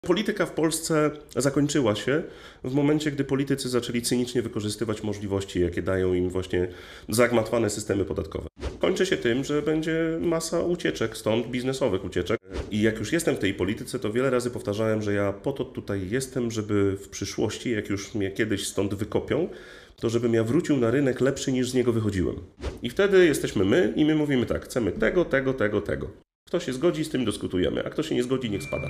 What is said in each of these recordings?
Polityka w Polsce zakończyła się w momencie, gdy politycy zaczęli cynicznie wykorzystywać możliwości, jakie dają im właśnie zagmatwane systemy podatkowe. Kończy się tym, że będzie masa ucieczek stąd, biznesowych ucieczek. I jak już jestem w tej polityce, to wiele razy powtarzałem, że ja po to tutaj jestem, żeby w przyszłości, jak już mnie kiedyś stąd wykopią, to żebym ja wrócił na rynek lepszy niż z niego wychodziłem. I wtedy jesteśmy my i my mówimy tak, chcemy tego. Kto się zgodzi, z tym dyskutujemy, a kto się nie zgodzi, niech spada.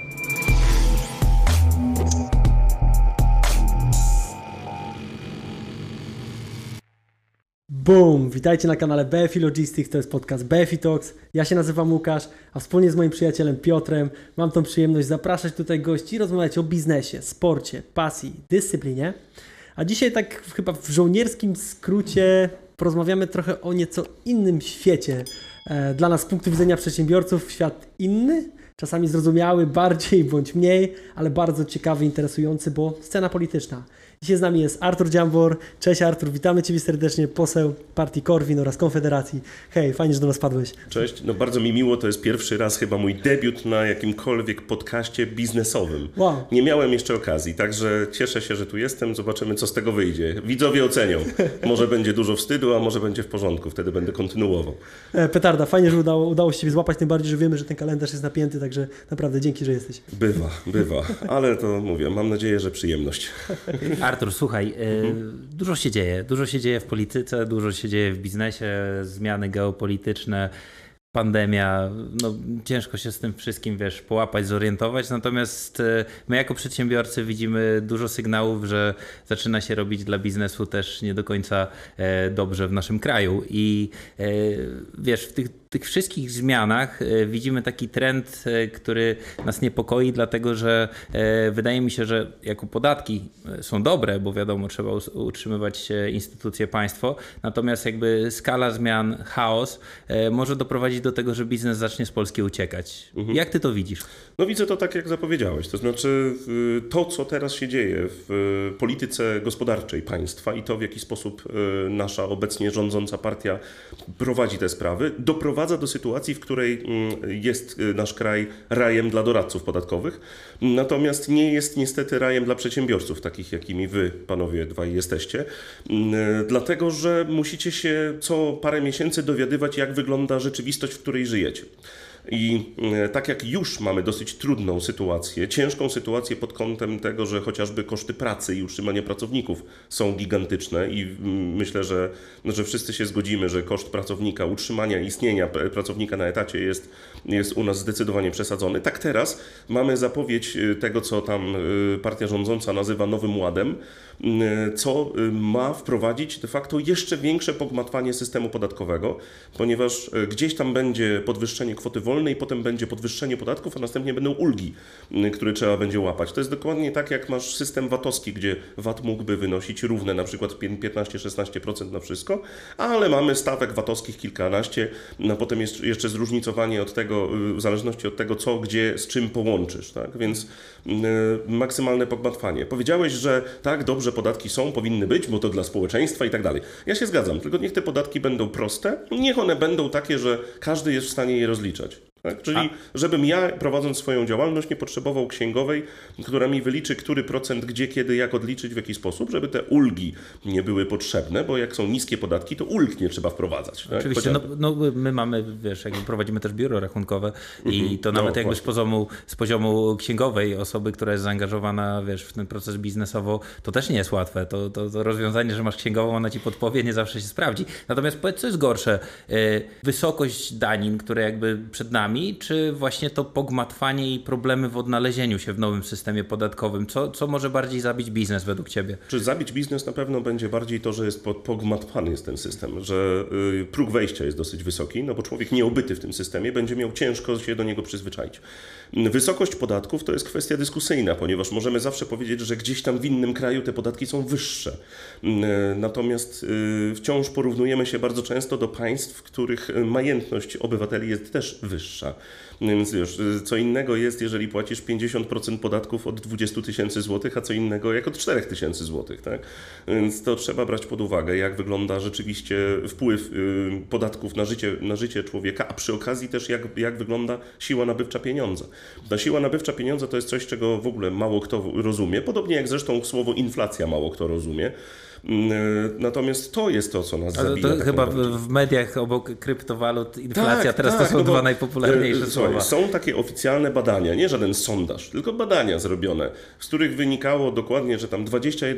Boom! Witajcie na kanale BFI Logistics, to jest podcast BFI Talks. Ja się nazywam Łukasz, a wspólnie z moim przyjacielem Piotrem mam tą przyjemność zapraszać tutaj gości i rozmawiać o biznesie, sporcie, pasji, dyscyplinie. A dzisiaj tak chyba w żołnierskim skrócie porozmawiamy trochę o nieco innym świecie. Dla nas z punktu widzenia przedsiębiorców świat inny, czasami zrozumiały bardziej bądź mniej, ale bardzo ciekawy, interesujący, bo scena polityczna. Dzisiaj z nami jest Artur Dziambor. Cześć Artur, witamy Ciebie serdecznie, poseł partii Korwin oraz Konfederacji. Hej, fajnie, że do nas padłeś. Cześć, no bardzo mi miło, to jest pierwszy raz chyba mój debiut na jakimkolwiek podcaście biznesowym. Wow. Nie miałem jeszcze okazji, także cieszę się, że tu jestem, zobaczymy co z tego wyjdzie. Widzowie ocenią. Może będzie dużo wstydu, a może będzie w porządku, wtedy będę kontynuował. Petarda, fajnie, że udało się Ciebie złapać, tym bardziej, że wiemy, że ten kalendarz jest napięty, także naprawdę dzięki, że jesteś. Bywa, ale to mówię, mam nadzieję, że przyjemność. Artur, słuchaj, dużo się dzieje w polityce, dużo się dzieje w biznesie, zmiany geopolityczne, pandemia, no ciężko się z tym wszystkim, połapać, zorientować, natomiast my jako przedsiębiorcy widzimy dużo sygnałów, że zaczyna się robić dla biznesu też nie do końca dobrze w naszym kraju i w tych wszystkich zmianach widzimy taki trend, który nas niepokoi, dlatego że wydaje mi się, że jako podatki są dobre, bo wiadomo, trzeba utrzymywać instytucje, państwo, natomiast jakby skala zmian, chaos może doprowadzić do tego, że biznes zacznie z Polski uciekać. Jak ty to widzisz? No widzę to tak, jak zapowiedziałeś. To znaczy to, co teraz się dzieje w polityce gospodarczej państwa i to, w jaki sposób nasza obecnie rządząca partia prowadzi te sprawy, doprowadza do sytuacji, w której jest nasz kraj rajem dla doradców podatkowych, natomiast nie jest niestety rajem dla przedsiębiorców, takich jakimi wy, panowie dwaj, jesteście, dlatego, że musicie się co parę miesięcy dowiadywać, jak wygląda rzeczywistość, w której żyjecie. I tak jak już mamy dosyć trudną sytuację, ciężką sytuację pod kątem tego, że chociażby koszty pracy i utrzymania pracowników są gigantyczne i myślę, że wszyscy się zgodzimy, że koszt pracownika, utrzymania istnienia pracownika na etacie jest u nas zdecydowanie przesadzony. Tak teraz mamy zapowiedź tego, co tam partia rządząca nazywa Nowym Ładem, co ma wprowadzić de facto jeszcze większe pogmatwanie systemu podatkowego, ponieważ gdzieś tam będzie podwyższenie kwoty wolnej, potem będzie podwyższenie podatków, a następnie będą ulgi, które trzeba będzie łapać. To jest dokładnie tak, jak masz system VAT-owski, gdzie VAT mógłby wynosić równe na przykład 15-16% na wszystko, ale mamy stawek VAT-owskich kilkanaście, a potem jeszcze zróżnicowanie od tego, w zależności od tego, co, gdzie, z czym połączysz. Tak? Więc maksymalne pogmatwanie. Powiedziałeś, że tak, dobrze, podatki są, powinny być, bo to dla społeczeństwa i tak dalej. Ja się zgadzam, tylko niech te podatki będą proste, niech one będą takie, że każdy jest w stanie je rozliczać. Tak? Czyli żebym ja, prowadząc swoją działalność, nie potrzebował księgowej, która mi wyliczy, który procent, gdzie, kiedy, jak odliczyć, w jaki sposób, żeby te ulgi nie były potrzebne, bo jak są niskie podatki, to ulg nie trzeba wprowadzać. Tak? Oczywiście, no my mamy, jakby prowadzimy też biuro rachunkowe i to nawet jakby z poziomu księgowej osoby, która jest zaangażowana, w ten proces biznesowo, to też nie jest łatwe. To rozwiązanie, że masz księgową, ona ci podpowie, nie zawsze się sprawdzi. Natomiast powiedz, co jest gorsze? Wysokość danin, które jakby przed nami, czy właśnie to pogmatwanie i problemy w odnalezieniu się w nowym systemie podatkowym? Co może bardziej zabić biznes według Ciebie? Czy zabić biznes na pewno będzie bardziej to, że jest pogmatwany jest ten system, że próg wejścia jest dosyć wysoki, no bo człowiek nieobyty w tym systemie będzie miał ciężko się do niego przyzwyczaić. Wysokość podatków to jest kwestia dyskusyjna, ponieważ możemy zawsze powiedzieć, że gdzieś tam w innym kraju te podatki są wyższe. Natomiast wciąż porównujemy się bardzo często do państw, w których majętność obywateli jest też wyższa. Więc wiesz, co innego jest, jeżeli płacisz 50% podatków od 20 000 złotych, a co innego jak od 4 000 złotych, tak? Więc to trzeba brać pod uwagę, jak wygląda rzeczywiście wpływ podatków na życie człowieka, a przy okazji też jak wygląda siła nabywcza pieniądza. Ta siła nabywcza pieniądza to jest coś, czego w ogóle mało kto rozumie, podobnie jak zresztą słowo inflacja mało kto rozumie. Natomiast to jest to, co nas zabija. To tak chyba najbardziej. w mediach obok kryptowalut, inflacja, Tak, teraz tak, to są no bo, dwa najpopularniejsze słuchaj, słowa. Są takie oficjalne badania, nie żaden sondaż, tylko badania zrobione, z których wynikało dokładnie, że tam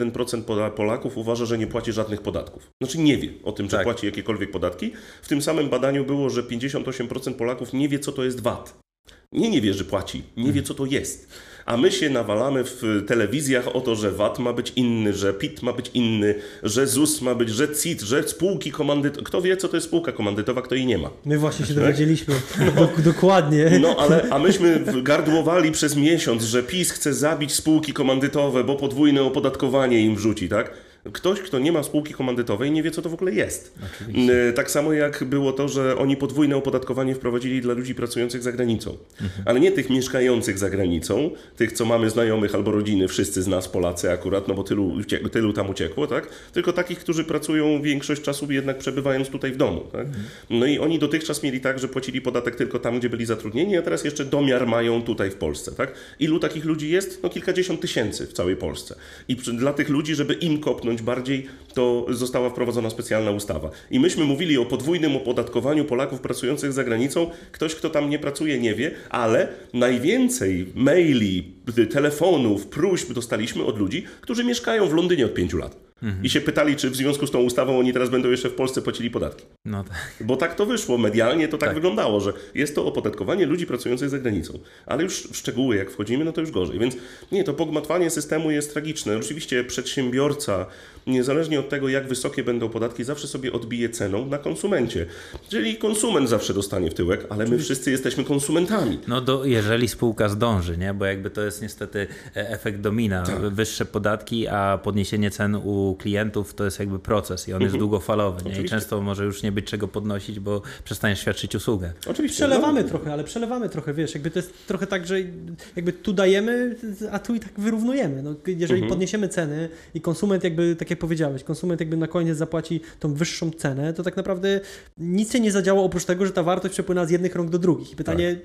21% Polaków uważa, że nie płaci żadnych podatków. Znaczy nie wie o tym, czy Tak. płaci jakiekolwiek podatki. W tym samym badaniu było, że 58% Polaków nie wie, co to jest VAT. Nie wie, że płaci, nie wie, co to jest. A my się nawalamy w telewizjach o to, że VAT ma być inny, że PIT ma być inny, że ZUS ma być, że CIT, że spółki komandytowe. Kto wie, co to jest spółka komandytowa, kto jej nie ma. My właśnie się dowiedzieliśmy. Dokładnie. No, a myśmy gardłowali przez miesiąc, że PiS chce zabić spółki komandytowe, bo podwójne opodatkowanie im wrzuci, tak? Ktoś, kto nie ma spółki komandytowej, nie wie, co to w ogóle jest. Oczywiście. Tak samo jak było to, że oni podwójne opodatkowanie wprowadzili dla ludzi pracujących za granicą. Ale nie tych mieszkających za granicą, tych, co mamy znajomych albo rodziny, wszyscy z nas, Polacy akurat, no bo tylu tam uciekło, tak? Tylko takich, którzy pracują większość czasu jednak przebywając tutaj w domu, tak? No i oni dotychczas mieli tak, że płacili podatek tylko tam, gdzie byli zatrudnieni, a teraz jeszcze domiar mają tutaj w Polsce, tak? Ilu takich ludzi jest? No kilkadziesiąt tysięcy w całej Polsce. I dla tych ludzi, żeby im kopnąć bardziej, to została wprowadzona specjalna ustawa. I myśmy mówili o podwójnym opodatkowaniu Polaków pracujących za granicą. Ktoś, kto tam nie pracuje, nie wie, ale najwięcej maili, telefonów, próśb dostaliśmy od ludzi, którzy mieszkają w Londynie od 5 lat. I się pytali, czy w związku z tą ustawą oni teraz będą jeszcze w Polsce płacili podatki. No tak. Bo tak to wyszło, medialnie to tak Tak. wyglądało, że jest to opodatkowanie ludzi pracujących za granicą. Ale już w szczegóły jak wchodzimy, no to już gorzej. Więc nie, to pogmatwanie systemu jest tragiczne. Oczywiście przedsiębiorca, niezależnie od tego, jak wysokie będą podatki, zawsze sobie odbije ceną na konsumencie. Czyli konsument zawsze dostanie w tyłek, ale my wszyscy jesteśmy konsumentami. No jeżeli spółka zdąży, nie? Bo jakby to jest niestety efekt domina. Wyższe podatki, a podniesienie cen u klientów to jest jakby proces i on jest długofalowy. Nie? I Oczywiście. często może już nie być czego podnosić, bo przestaniesz świadczyć usługę. Oczywiście. Przelewamy trochę, ale przelewamy trochę, wiesz, jakby to jest trochę tak, że jakby tu dajemy, a tu i tak wyrównujemy. No, jeżeli podniesiemy ceny i konsument jakby, tak jak powiedziałeś, konsument jakby na koniec zapłaci tą wyższą cenę, to tak naprawdę nic się nie zadziało oprócz tego, że ta wartość przepłynęła z jednych rąk do drugich. I pytanie,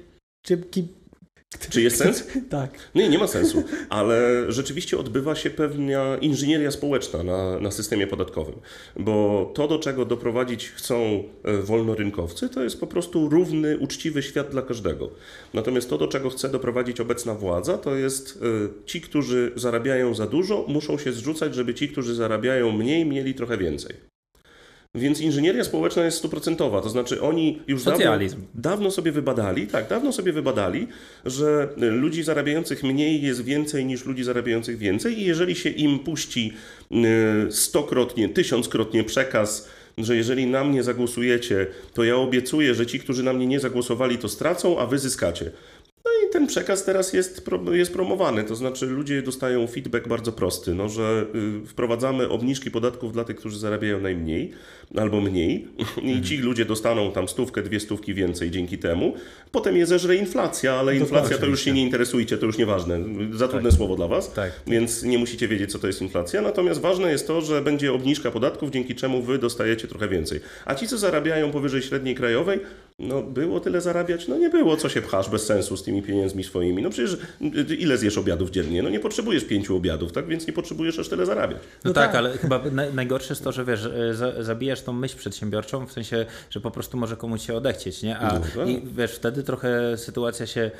Czy jest sens? Tak. Nie ma sensu, ale rzeczywiście odbywa się pewna inżynieria społeczna na systemie podatkowym, bo to, do czego doprowadzić chcą wolnorynkowcy, to jest po prostu równy, uczciwy świat dla każdego. Natomiast to, do czego chce doprowadzić obecna władza, to jest ci, którzy zarabiają za dużo, muszą się zrzucać, żeby ci, którzy zarabiają mniej, mieli trochę więcej. Więc inżynieria społeczna jest 100%, to znaczy oni już dawno sobie wybadali, że ludzi zarabiających mniej jest więcej niż ludzi zarabiających więcej i jeżeli się im puści 100-krotnie, 1000-krotnie przekaz, że jeżeli na mnie zagłosujecie, to ja obiecuję, że ci, którzy na mnie nie zagłosowali, to stracą, a wy zyskacie. No i ten przekaz teraz jest promowany, to znaczy ludzie dostają feedback bardzo prosty, no, że wprowadzamy obniżki podatków dla tych, którzy zarabiają najmniej albo mniej i ci ludzie dostaną tam 100, 200 więcej dzięki temu. Potem je zeżre inflacja, ale inflacja to już się nie interesujcie, to już nieważne, za trudne słowo dla was, więc nie musicie wiedzieć, co to jest inflacja. Natomiast ważne jest to, że będzie obniżka podatków, dzięki czemu wy dostajecie trochę więcej. A ci, co zarabiają powyżej średniej krajowej, no było tyle zarabiać? No nie było, co się pchasz bez sensu z tymi pieniędzmi swoimi. No przecież ile zjesz obiadów dziennie? No nie potrzebujesz 5 obiadów, tak? Więc nie potrzebujesz aż tyle zarabiać. No tak, ale chyba najgorsze jest to, że wiesz, zabijasz tą myśl przedsiębiorczą, w sensie, że po prostu może komuś się odechcieć, nie? I wiesz, wtedy trochę sytuacja się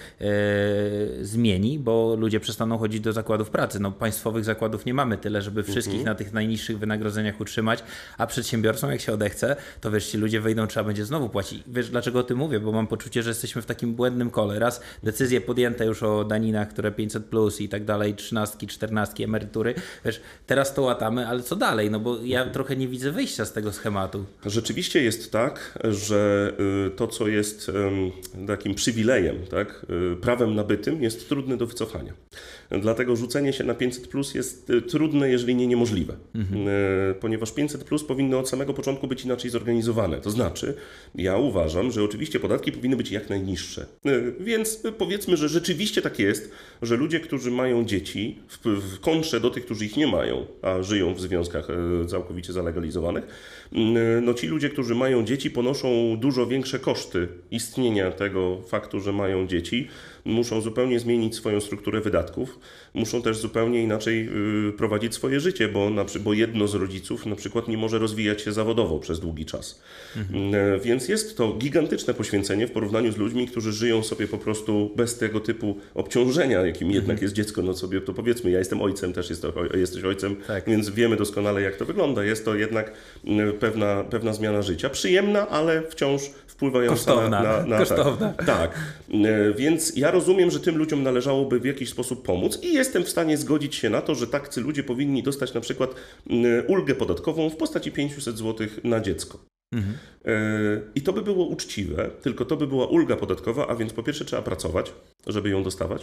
zmieni, bo ludzie przestaną chodzić do zakładów pracy. No państwowych zakładów nie mamy tyle, żeby wszystkich na tych najniższych wynagrodzeniach utrzymać, a przedsiębiorcom jak się odechce, to wiesz, ci ludzie wyjdą, trzeba będzie znowu płacić. Wiesz, dlaczego o tym mówię? Bo mam poczucie, że jesteśmy w takim błędnym kole. Raz decyzje podjęte już o daninach, które 500+ i tak dalej, 13, 14 emerytury. Wiesz, teraz to łatamy, ale co dalej? No bo ja trochę nie widzę wyjścia z tego schematu. Rzeczywiście jest tak, że to, co jest takim przywilejem, tak, prawem nabytym, jest trudne do wycofania. Dlatego rzucenie się na 500+ jest trudne, jeżeli nie niemożliwe. Ponieważ 500+ powinno od samego początku być inaczej zorganizowane. To znaczy, ja uważam, że że oczywiście podatki powinny być jak najniższe. Więc powiedzmy, że rzeczywiście tak jest, że ludzie, którzy mają dzieci, w kontrze do tych, którzy ich nie mają, a żyją w związkach całkowicie zalegalizowanych, no ci ludzie, którzy mają dzieci, ponoszą dużo większe koszty istnienia tego faktu, że mają dzieci, muszą zupełnie zmienić swoją strukturę wydatków, muszą też zupełnie inaczej prowadzić swoje życie, bo jedno z rodziców na przykład nie może rozwijać się zawodowo przez długi czas. Więc jest to gigantyczne poświęcenie w porównaniu z ludźmi, którzy żyją sobie po prostu bez tego typu obciążenia, jakim jednak jest dziecko. No sobie to powiedzmy, ja jestem ojcem, też jesteś ojcem, tak. Więc wiemy doskonale, jak to wygląda. Jest to jednak pewna zmiana życia. Przyjemna, ale wciąż wpływająca na kosztowna. Tak. Więc ja rozumiem, że tym ludziom należałoby w jakiś sposób pomóc i jestem w stanie zgodzić się na to, że tacy ludzie powinni dostać na przykład ulgę podatkową w postaci 500 zł na dziecko. I to by było uczciwe, tylko to by była ulga podatkowa, a więc po pierwsze trzeba pracować, żeby ją dostawać,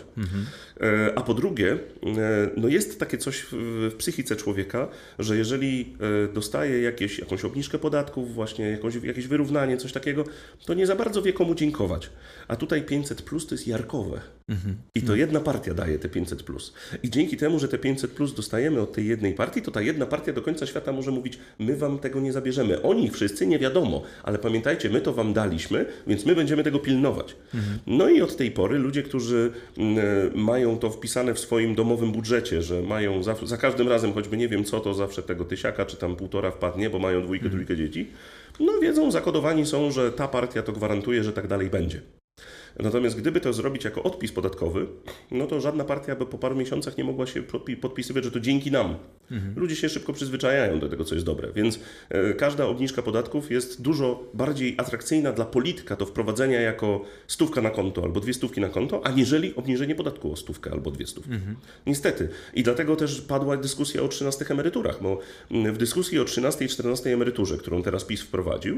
a po drugie, no jest takie coś w psychice człowieka, że jeżeli dostaje jakąś obniżkę podatków, właśnie jakieś wyrównanie, coś takiego, to nie za bardzo wie komu dziękować. A tutaj 500 plus to jest jarkowe. I to jedna partia daje te 500 plus. I dzięki temu, że te 500 plus dostajemy od tej jednej partii, to ta jedna partia do końca świata może mówić, my wam tego nie zabierzemy. Oni wszyscy nie wiadomo, ale pamiętajcie, my to wam daliśmy, więc my będziemy tego pilnować. No i od tej pory ludzie, którzy mają to wpisane w swoim domowym budżecie, że mają za każdym razem, choćby nie wiem co, to zawsze tego tysiaka czy tam 1,5 wpadnie, bo mają 2, 3 dzieci, no wiedzą, zakodowani są, że ta partia to gwarantuje, że tak dalej będzie. Natomiast gdyby to zrobić jako odpis podatkowy, no to żadna partia by po paru miesiącach nie mogła się podpisywać, że to dzięki nam. Ludzie się szybko przyzwyczajają do tego, co jest dobre, więc każda obniżka podatków jest dużo bardziej atrakcyjna dla polityka do wprowadzenia jako 100 na konto albo 200 na konto, aniżeli obniżenie podatku o 100 albo 200. Niestety. I dlatego też padła dyskusja o 13 emeryturach, bo w dyskusji o 13 i 14 emeryturze, którą teraz PiS wprowadził,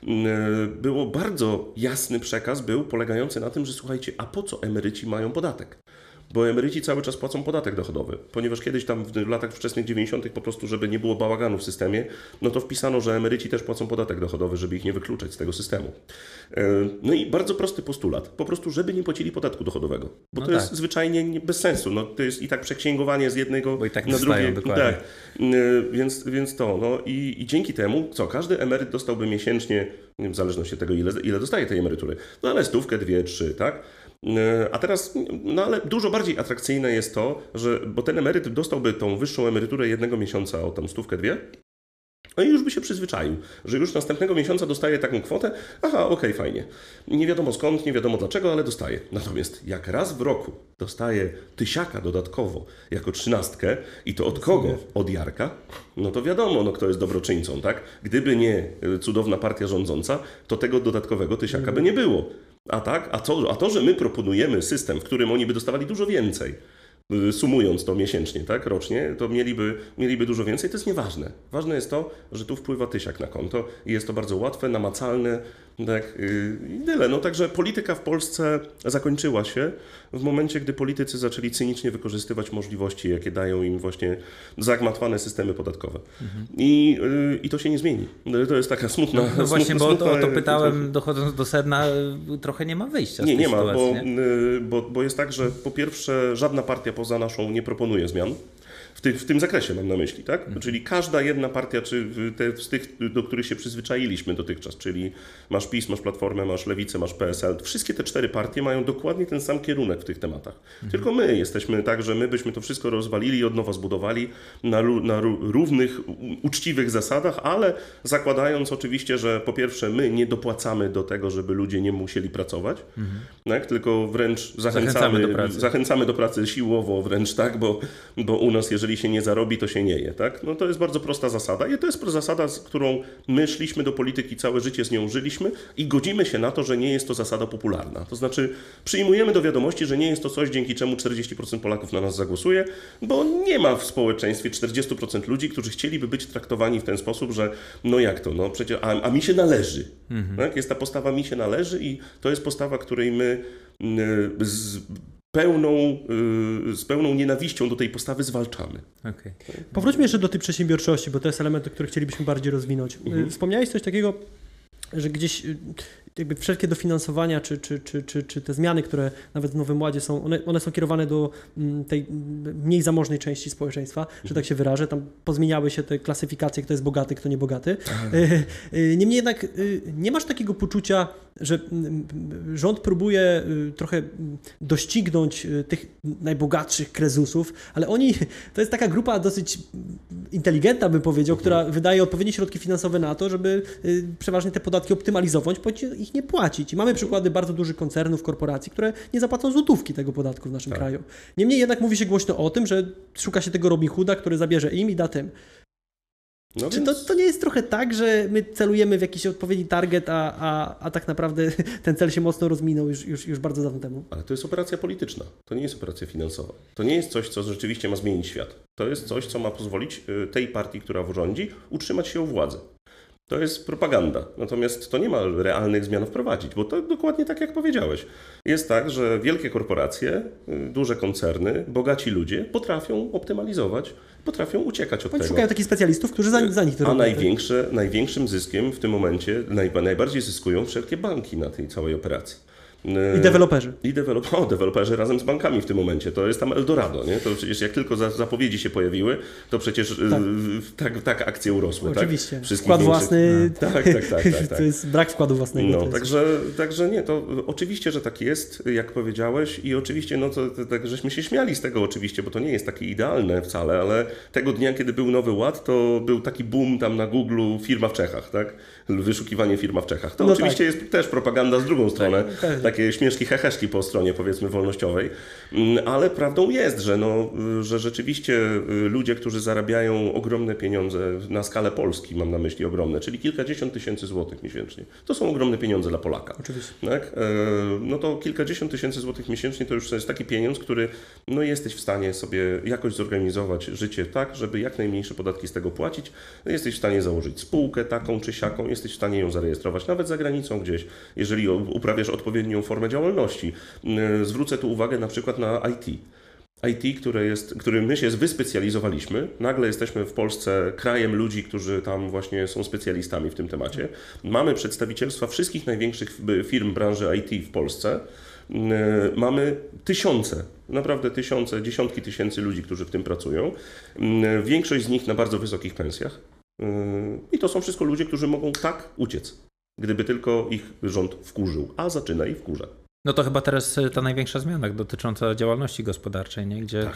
było bardzo jasny przekaz, polegający na tym, że słuchajcie, a po co emeryci mają podatek? Bo emeryci cały czas płacą podatek dochodowy, ponieważ kiedyś tam w latach wczesnych 90. po prostu, żeby nie było bałaganu w systemie, no to wpisano, że emeryci też płacą podatek dochodowy, żeby ich nie wykluczać z tego systemu. No i bardzo prosty postulat, po prostu, żeby nie płacili podatku dochodowego, bo to jest zwyczajnie bez sensu, no to jest i tak przeksięgowanie z jednego bo i tak na drugie. Dokładnie. Tak. Więc to, no i dzięki temu, każdy emeryt dostałby miesięcznie, nie wiem, w zależności od tego, ile dostaje tej emerytury, no ale 100, 2, 3, tak? A teraz, no ale dużo bardziej atrakcyjne jest to, bo ten emeryt dostałby tą wyższą emeryturę jednego miesiąca o tam 100, 2, no i już by się przyzwyczaił, że już następnego miesiąca dostaje taką kwotę, okej, fajnie. Nie wiadomo skąd, nie wiadomo dlaczego, ale dostaje. Natomiast jak raz w roku dostaje tysiaka dodatkowo jako 13 i to od kogo? Od Jarka? No to wiadomo, kto jest dobroczyńcą, tak? Gdyby nie cudowna partia rządząca, to tego dodatkowego tysiaka by nie było. A to, że my proponujemy system, w którym oni by dostawali dużo więcej, sumując to miesięcznie, tak, rocznie, to mieliby dużo więcej, to jest nieważne. Ważne jest to, że tu wpływa tysiak na konto i jest to bardzo łatwe, namacalne, tak, i tyle. No także polityka w Polsce zakończyła się w momencie, gdy politycy zaczęli cynicznie wykorzystywać możliwości, jakie dają im właśnie zagmatwane systemy podatkowe. I to się nie zmieni. To jest taka smutna... No właśnie, bo smutna, o to pytałem, dochodząc do sedna, trochę nie ma wyjścia z tej nie ma, sytuacji. bo jest tak, że po pierwsze żadna partia poza naszą nie proponuje zmian. W tym zakresie mam na myśli, tak? Czyli każda jedna partia, czy z tych, do których się przyzwyczailiśmy dotychczas, czyli masz PiS, masz Platformę, masz Lewicę, masz PSL, wszystkie te 4 partie mają dokładnie ten sam kierunek w tych tematach. Tylko my jesteśmy tak, że my byśmy to wszystko rozwalili i od nowa zbudowali na równych, uczciwych zasadach, ale zakładając oczywiście, że po pierwsze my nie dopłacamy do tego, żeby ludzie nie musieli pracować, tak? Tylko wręcz zachęcamy do pracy siłowo wręcz, tak? Bo u nas, jeżeli się nie zarobi, to się nie je, tak? No to jest bardzo prosta zasada i to jest zasada, z którą my szliśmy do polityki, całe życie z nią żyliśmy i godzimy się na to, że nie jest to zasada popularna. To znaczy przyjmujemy do wiadomości, że nie jest to coś, dzięki czemu 40% Polaków na nas zagłosuje, bo nie ma w społeczeństwie 40% ludzi, którzy chcieliby być traktowani w ten sposób, że no jak to, no przecież, a mi się należy. Tak? Jest ta postawa mi się należy i to jest postawa, której my z pełną nienawiścią do tej postawy zwalczamy. Okay. Powróćmy jeszcze do tej przedsiębiorczości, bo to jest element, który chcielibyśmy bardziej rozwinąć. Wspomniałeś coś takiego, że gdzieś jakby wszelkie dofinansowania, czy te zmiany, które nawet w Nowym Ładzie są, one są kierowane do tej mniej zamożnej części społeczeństwa, że tak się wyrażę. Tam pozmieniały się te klasyfikacje, kto jest bogaty, kto nie bogaty. Niemniej jednak nie masz takiego poczucia, że rząd próbuje trochę doścignąć tych najbogatszych krezusów, ale to jest taka grupa dosyć inteligentna, bym powiedział, która wydaje odpowiednie środki finansowe na to, żeby przeważnie te podatki optymalizować, bądź ich nie płacić. I mamy przykłady bardzo dużych koncernów, korporacji, które nie zapłacą złotówki tego podatku w naszym kraju. Niemniej jednak mówi się głośno o tym, że szuka się tego Robin Hooda, który zabierze im i da tym. No Czy więc... to nie jest trochę tak, że my celujemy w jakiś odpowiedni target, a tak naprawdę ten cel się mocno rozminął już bardzo dawno temu? Ale to jest operacja polityczna, to nie jest operacja finansowa. To nie jest coś, co rzeczywiście ma zmienić świat. To jest coś, co ma pozwolić tej partii, która rządzi, utrzymać się u władzy. To jest propaganda, natomiast to nie ma realnych zmian wprowadzić, bo to dokładnie tak jak powiedziałeś. Jest tak, że wielkie korporacje, duże koncerny, bogaci ludzie potrafią optymalizować, potrafią uciekać od Oni tego. szukają takich specjalistów, którzy za nich to A robią. największym zyskiem w tym momencie, najbardziej zyskują wszelkie banki na tej całej operacji. I deweloperzy. Deweloperzy razem z bankami w tym momencie. To jest tam Eldorado, nie? To przecież jak tylko zapowiedzi się pojawiły, to przecież tak akcje urosły. Oczywiście. Tak? Wkład własny. Tak. To jest brak wkładu własnego. No, także nie, to oczywiście, że tak jest, jak powiedziałeś i oczywiście, no to tak, żeśmy się śmiali z tego oczywiście, bo to nie jest takie idealne wcale, ale tego dnia, kiedy był Nowy Ład, to był taki boom tam na Google'u firma w Czechach, tak? Wyszukiwanie firma w Czechach. To oczywiście jest też propaganda z drugą stronę, takie śmieszki, heheszki po stronie powiedzmy wolnościowej, ale prawdą jest, że rzeczywiście ludzie, którzy zarabiają ogromne pieniądze na skalę Polski, mam na myśli ogromne, czyli kilkadziesiąt tysięcy złotych miesięcznie, to są ogromne pieniądze dla Polaka. Oczywiście. Tak? No to kilkadziesiąt tysięcy złotych miesięcznie to już jest taki pieniądz, który jesteś w stanie sobie jakoś zorganizować życie tak, żeby jak najmniejsze podatki z tego płacić. Jesteś w stanie założyć spółkę taką czy siaką, jesteś w stanie ją zarejestrować nawet za granicą gdzieś, jeżeli uprawiasz odpowiednią formę działalności. Zwrócę tu uwagę na przykład na IT. IT, którym my się wyspecjalizowaliśmy. Nagle jesteśmy w Polsce krajem ludzi, którzy tam właśnie są specjalistami w tym temacie. Mamy przedstawicielstwa wszystkich największych firm branży IT w Polsce. Mamy naprawdę tysiące, dziesiątki tysięcy ludzi, którzy w tym pracują. Większość z nich na bardzo wysokich pensjach. I to są wszystko ludzie, którzy mogą tak uciec, gdyby tylko ich rząd wkurzył, a zaczyna ich wkurzać. No to chyba teraz ta największa zmiana dotycząca działalności gospodarczej, nie? Gdzie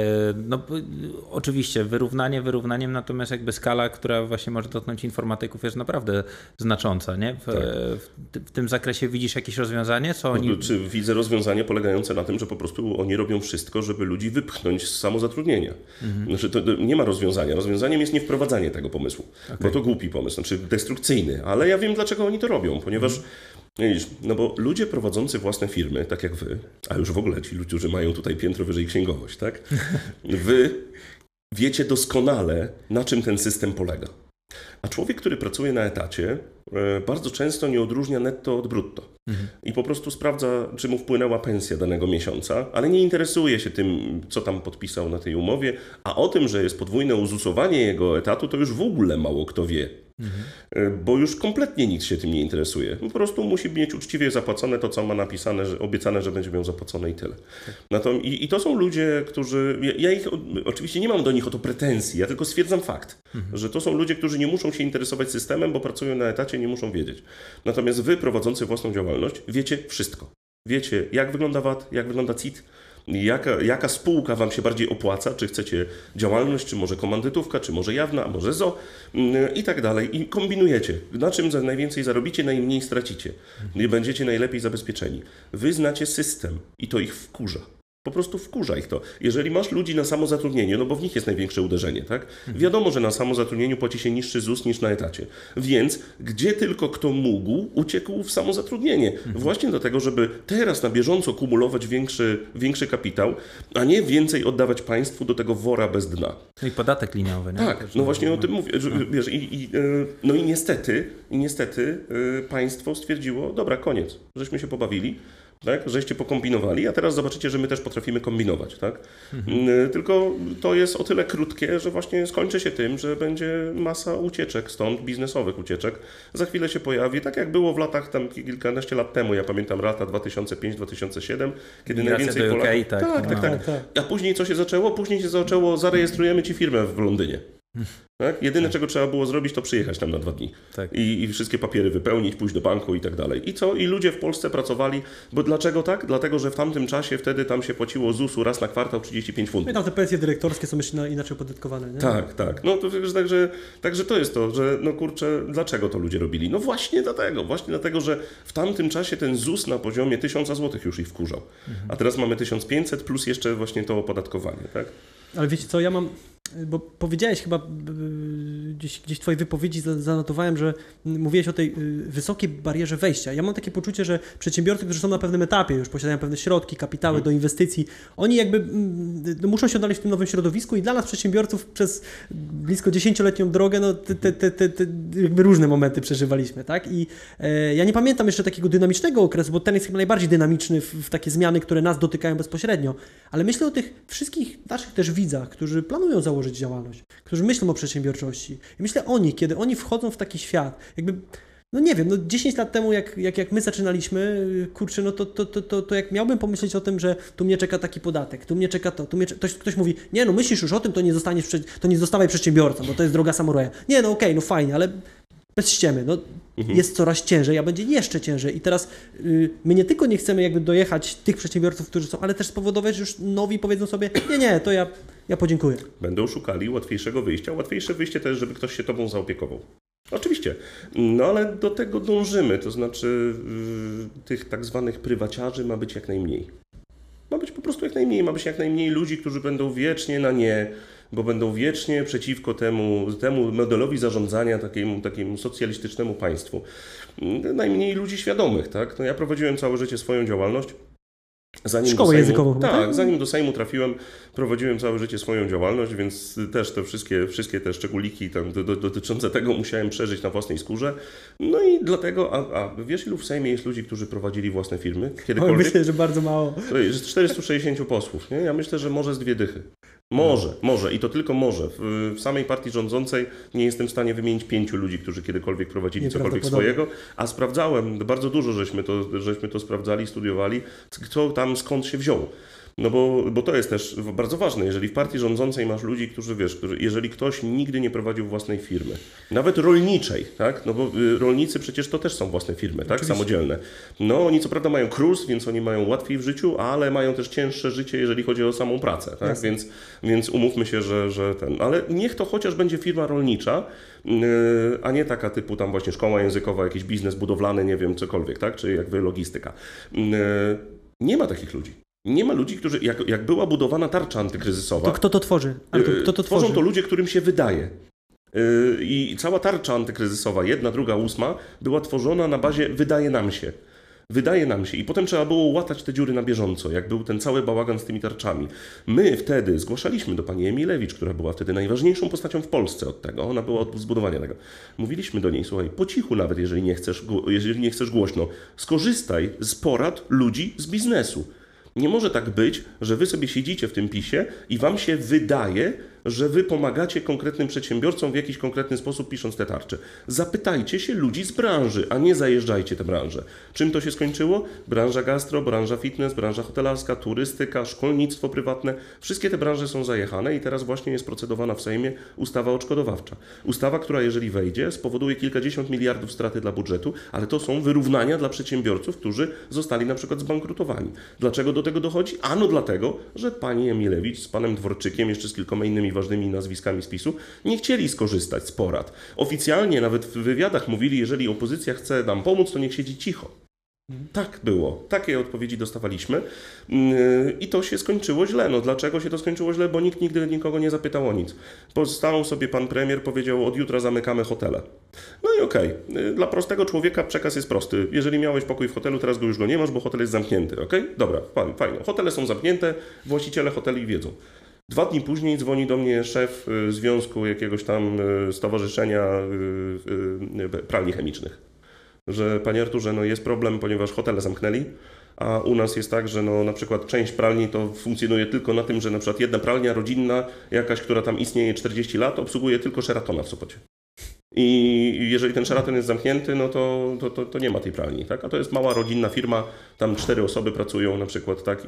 oczywiście wyrównaniem, natomiast jakby skala, która właśnie może dotknąć informatyków, jest naprawdę znacząca, nie? W tym zakresie widzisz jakieś rozwiązanie? Czy widzę rozwiązanie polegające na tym, że po prostu oni robią wszystko, żeby ludzi wypchnąć z samozatrudnienia. Znaczy to nie ma rozwiązania. Rozwiązaniem jest niewprowadzanie tego pomysłu, bo to głupi pomysł, znaczy destrukcyjny, ale ja wiem, dlaczego oni to robią, ponieważ bo ludzie prowadzący własne firmy, tak jak wy, a już w ogóle ci ludzie, którzy mają tutaj piętro wyżej księgowość, tak? Wy wiecie doskonale, na czym ten system polega. A człowiek, który pracuje na etacie, bardzo często nie odróżnia netto od brutto. I po prostu sprawdza, czy mu wpłynęła pensja danego miesiąca, ale nie interesuje się tym, co tam podpisał na tej umowie, a o tym, że jest podwójne uzusowanie jego etatu, to już w ogóle mało kto wie. Bo już kompletnie nikt się tym nie interesuje. Po prostu musi mieć uczciwie zapłacone to, co ma napisane, obiecane, że będzie miał zapłacone i tyle. I to są ludzie, którzy... Ja ich oczywiście nie mam do nich o to pretensji, ja tylko stwierdzam fakt, że to są ludzie, którzy nie muszą się interesować systemem, bo pracują na etacie, nie muszą wiedzieć. Natomiast wy, prowadzący własną działalność, wiecie wszystko. Wiecie, jak wygląda VAT, jak wygląda CIT, jaka spółka wam się bardziej opłaca, czy chcecie działalność, czy może komandytówka, czy może jawna, a może ZO i tak dalej. I kombinujecie. Na czym najwięcej zarobicie, najmniej stracicie. I będziecie najlepiej zabezpieczeni. Wy znacie system i to ich wkurza. Po prostu wkurza ich to. Jeżeli masz ludzi na samozatrudnieniu, no bo w nich jest największe uderzenie, tak? Wiadomo, że na samozatrudnieniu płaci się niższy ZUS niż na etacie. Więc gdzie tylko kto mógł, uciekł w samozatrudnienie. Właśnie do tego, żeby teraz na bieżąco kumulować większy kapitał, a nie więcej oddawać państwu do tego wora bez dna. No i podatek liniowy, nie? Tak, no właśnie o tym mówię. Wiesz, no i niestety państwo stwierdziło, dobra, koniec, żeśmy się pobawili. Tak? Żeście pokombinowali, a teraz zobaczycie, że my też potrafimy kombinować. Tak? Tylko to jest o tyle krótkie, że właśnie skończy się tym, że będzie masa ucieczek stąd, biznesowych ucieczek. Za chwilę się pojawi, tak jak było w latach, tam kilkanaście lat temu, ja pamiętam lata 2005-2007, kiedy najwięcej do UK, Polaków... tak. A później co się zaczęło? Później się zaczęło, zarejestrujemy ci firmę w Londynie. Tak? Jedyne, czego trzeba było zrobić, to przyjechać tam na 2 dni. Tak. I wszystkie papiery wypełnić, pójść do banku i tak dalej. I co? I ludzie w Polsce pracowali, bo dlaczego tak? Dlatego, że w tamtym czasie wtedy tam się płaciło ZUS-u raz na kwartał 35 funtów. I tam te pensje dyrektorskie są jeszcze inaczej opodatkowane, nie? Tak. No to wiesz, także to jest to, że no kurczę, dlaczego to ludzie robili? No właśnie dlatego, że w tamtym czasie ten ZUS na poziomie 1000 zł już ich wkurzał. A teraz mamy 1500 plus jeszcze właśnie to opodatkowanie, tak? Ale wiecie co, ja mam, bo powiedziałeś chyba gdzieś w twojej wypowiedzi zanotowałem, że mówiłeś o tej wysokiej barierze wejścia. Ja mam takie poczucie, że przedsiębiorcy, którzy są na pewnym etapie, już posiadają pewne środki, kapitały do inwestycji, oni jakby muszą się odnaleźć w tym nowym środowisku i dla nas przedsiębiorców przez blisko 10-letnią drogę, no jakby różne momenty przeżywaliśmy, tak? I ja nie pamiętam jeszcze takiego dynamicznego okresu, bo ten jest chyba najbardziej dynamiczny w takie zmiany, które nas dotykają bezpośrednio, ale myślę o tych wszystkich naszych też widzach, którzy planują założyć działalność, którzy myślą o przedsiębiorczości. I myślę o nich, kiedy oni wchodzą w taki świat, jakby, no nie wiem, no 10 lat temu, jak my zaczynaliśmy, kurczę, no to jak miałbym pomyśleć o tym, że tu mnie czeka taki podatek, tu mnie czeka to, ktoś mówi, nie no, myślisz już o tym, to nie zostawaj przedsiębiorcą, bo to jest droga samuraja. Nie no, okej, no fajnie, ale bez ściemy, no jest coraz ciężej, a będzie jeszcze ciężej. I teraz my nie tylko nie chcemy jakby dojechać tych przedsiębiorców, którzy są, ale też spowodować, że już nowi powiedzą sobie, nie, to ja podziękuję. Będą szukali łatwiejszego wyjścia. Łatwiejsze wyjście to jest, żeby ktoś się tobą zaopiekował. Oczywiście, no ale do tego dążymy, to znaczy tych tak zwanych prywaciarzy ma być jak najmniej. Ma być po prostu jak najmniej, ma być jak najmniej ludzi, którzy będą wiecznie na nie, bo będą wiecznie przeciwko temu modelowi zarządzania, takiemu socjalistycznemu państwu. Najmniej ludzi świadomych, tak? No ja prowadziłem całe życie swoją działalność. Szkołę językową chyba, tak? Zanim do Sejmu trafiłem, prowadziłem całe życie swoją działalność, więc też te wszystkie te szczególiki tam dotyczące tego musiałem przeżyć na własnej skórze. No i dlatego, a wiesz ilu w Sejmie jest ludzi, którzy prowadzili własne firmy? Kiedykolwiek? Myślę, że bardzo mało. To jest 460 posłów, nie? Ja myślę, że może z 2 dychy. Może i to tylko może. W samej partii rządzącej nie jestem w stanie wymienić 5 ludzi, którzy kiedykolwiek prowadzili cokolwiek swojego, a sprawdzałem, bardzo dużo żeśmy to sprawdzali, studiowali, kto tam skąd się wziął. No bo to jest też bardzo ważne, jeżeli w partii rządzącej masz ludzi, którzy jeżeli ktoś nigdy nie prowadził własnej firmy, nawet rolniczej, tak? No bo rolnicy przecież to też są własne firmy, tak? Samodzielne. No oni co prawda mają KRUS, więc oni mają łatwiej w życiu, ale mają też cięższe życie, jeżeli chodzi o samą pracę, tak? Więc umówmy się, że ale niech to chociaż będzie firma rolnicza, a nie taka typu tam właśnie szkoła językowa, jakiś biznes budowlany, nie wiem, cokolwiek, tak? Czy jakby logistyka. Nie ma takich ludzi. Nie ma ludzi, którzy, jak była budowana tarcza antykryzysowa... To kto to tworzy? Tworzą to ludzie, którym się wydaje. I cała tarcza antykryzysowa, 1, 2, 8, była tworzona na bazie wydaje nam się. Wydaje nam się. I potem trzeba było łatać te dziury na bieżąco, jak był ten cały bałagan z tymi tarczami. My wtedy zgłaszaliśmy do pani Emilewicz, która była wtedy najważniejszą postacią w Polsce od tego. Ona była od zbudowania tego. Mówiliśmy do niej, słuchaj, po cichu nawet, jeżeli nie chcesz głośno, skorzystaj z porad ludzi z biznesu. Nie może tak być, że wy sobie siedzicie w tym PiS-ie i wam się wydaje, że wy pomagacie konkretnym przedsiębiorcom w jakiś konkretny sposób pisząc te tarcze. Zapytajcie się ludzi z branży, a nie zajeżdżajcie te branże. Czym to się skończyło? Branża gastro, branża fitness, branża hotelarska, turystyka, szkolnictwo prywatne. Wszystkie te branże są zajechane i teraz właśnie jest procedowana w Sejmie ustawa odszkodowawcza. Ustawa, która jeżeli wejdzie, spowoduje kilkadziesiąt miliardów straty dla budżetu, ale to są wyrównania dla przedsiębiorców, którzy zostali na przykład zbankrutowani. Dlaczego do tego dochodzi? Ano dlatego, że pani Emilewicz z panem Dworczykiem, jeszcze z kilkoma innymi ważnymi nazwiskami z PiS-u, nie chcieli skorzystać z porad. Oficjalnie nawet w wywiadach mówili, jeżeli opozycja chce nam pomóc, to niech siedzi cicho. Tak było. Takie odpowiedzi dostawaliśmy i to się skończyło źle. No dlaczego się to skończyło źle? Bo nikt nigdy nikogo nie zapytał o nic. Stanął sobie pan premier, powiedział, od jutra zamykamy hotele. No i okej. Dla prostego człowieka przekaz jest prosty. Jeżeli miałeś pokój w hotelu, teraz go już nie masz, bo hotel jest zamknięty. Okej? Dobra, fajnie. Hotele są zamknięte, właściciele hoteli wiedzą. 2 dni później dzwoni do mnie szef związku jakiegoś tam stowarzyszenia pralni chemicznych. Że panie Arturze, no jest problem, ponieważ hotele zamknęli, a u nas jest tak, że no, na przykład część pralni to funkcjonuje tylko na tym, że na przykład jedna pralnia rodzinna, jakaś, która tam istnieje 40 lat, obsługuje tylko Sheratona w Sopocie. I jeżeli ten Sheraton jest zamknięty, no to nie ma tej pralni, tak? A to jest mała rodzinna firma, tam 4 osoby pracują na przykład, tak?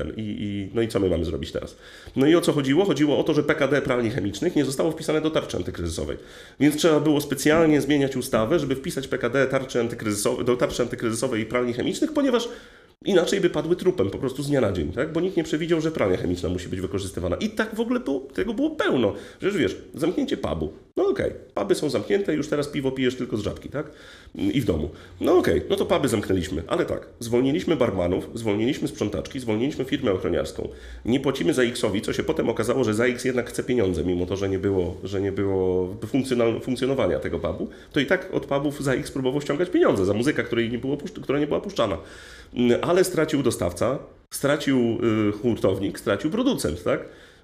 No i co my mamy zrobić teraz? No i o co chodziło? Chodziło o to, że PKD pralni chemicznych nie zostało wpisane do tarczy antykryzysowej. Więc trzeba było specjalnie zmieniać ustawę, żeby wpisać PKD do tarczy antykryzysowej i pralni chemicznych, ponieważ inaczej by padły trupem po prostu z dnia na dzień, tak? Bo nikt nie przewidział, że pralnia chemiczna musi być wykorzystywana. I tak w ogóle tego było pełno. Przecież wiesz, zamknięcie pubu. No okej, puby są zamknięte, już teraz piwo pijesz tylko z żabki, tak? I w domu. No okej, no to puby zamknęliśmy. Ale tak, zwolniliśmy barmanów, zwolniliśmy sprzątaczki, zwolniliśmy firmę ochroniarską. Nie płacimy za X-owi, co się potem okazało, że za X jednak chce pieniądze, mimo to, że nie było funkcjonowania tego pubu. To i tak od pubów za X próbował ściągać pieniądze za muzykę, która nie była puszczana. Ale stracił dostawca, stracił hurtownik, stracił producent, tak?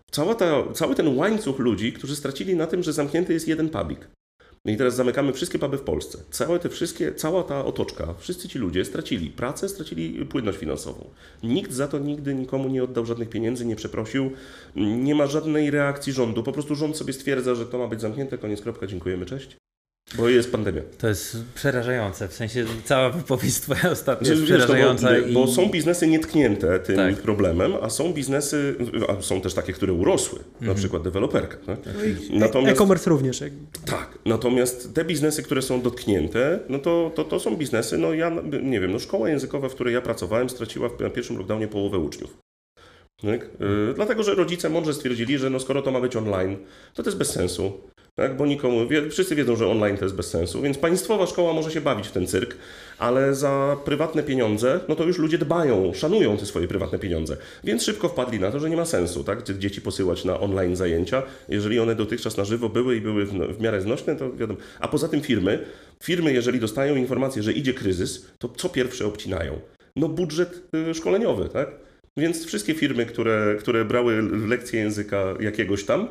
Cały ten łańcuch ludzi, którzy stracili na tym, że zamknięty jest jeden pubik. I teraz zamykamy wszystkie puby w Polsce. Cała ta otoczka, wszyscy ci ludzie stracili pracę, stracili płynność finansową. Nikt za to nigdy nikomu nie oddał żadnych pieniędzy, nie przeprosił. Nie ma żadnej reakcji rządu. Po prostu rząd sobie stwierdza, że to ma być zamknięte, koniec, kropka, dziękujemy, cześć. Bo jest pandemia. To jest przerażające, w sensie cała wypowiedź twoja ostatnia jest przerażająca. Bo są biznesy nietknięte tym problemem, a są biznesy, a są też takie, które urosły, na przykład deweloperka. Tak? E-commerce również. Tak, natomiast te biznesy, które są dotknięte, no to są biznesy, no ja nie wiem, no szkoła językowa, w której ja pracowałem, straciła na pierwszym lockdownie połowę uczniów. Tak? Dlatego, że rodzice mądrze stwierdzili, że no skoro to ma być online, to jest bez sensu. Tak, bo wszyscy wiedzą, że online to jest bez sensu, więc państwowa szkoła może się bawić w ten cyrk, ale za prywatne pieniądze, no to już ludzie dbają, szanują te swoje prywatne pieniądze, więc szybko wpadli na to, że nie ma sensu, tak, dzieci posyłać na online zajęcia, jeżeli one dotychczas na żywo były i były w miarę znośne, to wiadomo. A poza tym firmy, jeżeli dostają informację, że idzie kryzys, to co pierwsze obcinają? No budżet szkoleniowy, tak? Więc wszystkie firmy, które brały lekcje języka jakiegoś tam,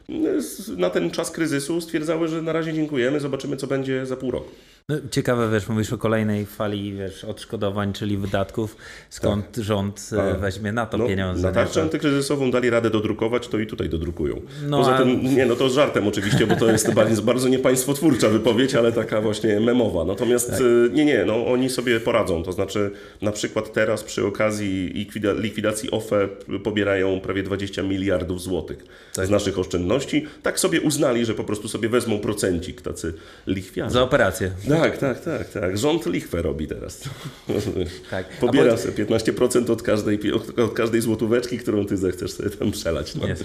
na ten czas kryzysu stwierdzały, że na razie dziękujemy, zobaczymy, co będzie za pół roku. No, ciekawe, mówisz o kolejnej fali, odszkodowań, czyli wydatków, skąd rząd weźmie na to pieniądze. Na tarczę antykryzysową dali radę dodrukować, to i tutaj dodrukują. Poza tym, to z żartem oczywiście, bo to jest bardzo niepaństwotwórcza wypowiedź, ale taka właśnie memowa. Natomiast oni sobie poradzą. To znaczy na przykład teraz przy okazji likwidacji OFE pobierają prawie 20 miliardów złotych z naszych oszczędności. Tak sobie uznali, że po prostu sobie wezmą procencik, tacy lichwiarze. Za operację. Tak. Rząd lichwę robi teraz. Tak. Pobiera sobie 15% od każdej złotóweczki, którą ty zechcesz sobie tam przelać. No.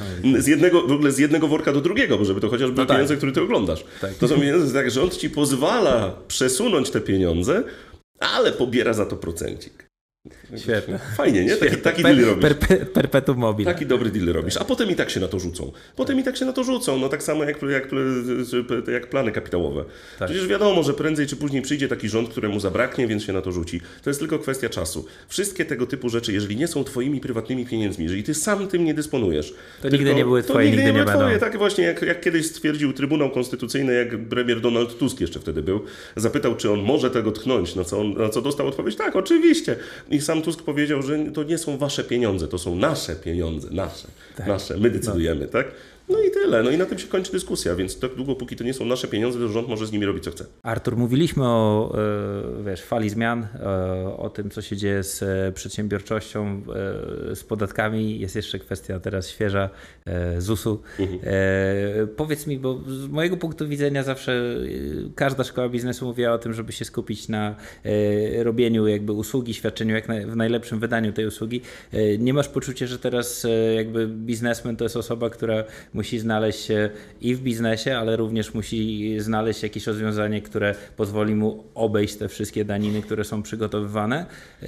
Z jednego worka do drugiego, bo żeby to chociaż były pieniądze, które ty oglądasz. Tak. To są pieniądze, tak, rząd ci pozwala przesunąć te pieniądze, ale pobiera za to procencik. Świetnie. Fajnie, nie? Taki deal robisz. Perpetuum mobile. Taki dobry deal robisz. A potem i tak się na to rzucą. No tak samo jak plany kapitałowe. Tak. Przecież wiadomo, że prędzej czy później przyjdzie taki rząd, któremu zabraknie, więc się na to rzuci. To jest tylko kwestia czasu. Wszystkie tego typu rzeczy, jeżeli nie są twoimi prywatnymi pieniędzmi, jeżeli ty sam tym nie dysponujesz, to nigdy nie były twoje, nigdy nie będą. Twoje. Tak właśnie jak kiedyś stwierdził Trybunał Konstytucyjny, jak premier Donald Tusk jeszcze wtedy był, zapytał, czy on może tego tknąć, na co dostał odpowiedź, tak, oczywiście. I sam Tusk powiedział, że to nie są wasze pieniądze, to są nasze pieniądze, nasze, my decydujemy, tak? No i tyle. No i na tym się kończy dyskusja, więc tak długo, póki to nie są nasze pieniądze, to rząd może z nimi robić, co chce. Artur, mówiliśmy o fali zmian, o tym, co się dzieje z przedsiębiorczością, z podatkami. Jest jeszcze kwestia teraz świeża ZUS-u. Powiedz mi, bo z mojego punktu widzenia zawsze każda szkoła biznesu mówiła o tym, żeby się skupić na robieniu jakby usługi, świadczeniu w najlepszym wydaniu tej usługi. Nie masz poczucia, że teraz jakby biznesmen to jest osoba, która musi znaleźć się i w biznesie, ale również musi znaleźć jakieś rozwiązanie, które pozwoli mu obejść te wszystkie daniny, które są przygotowywane,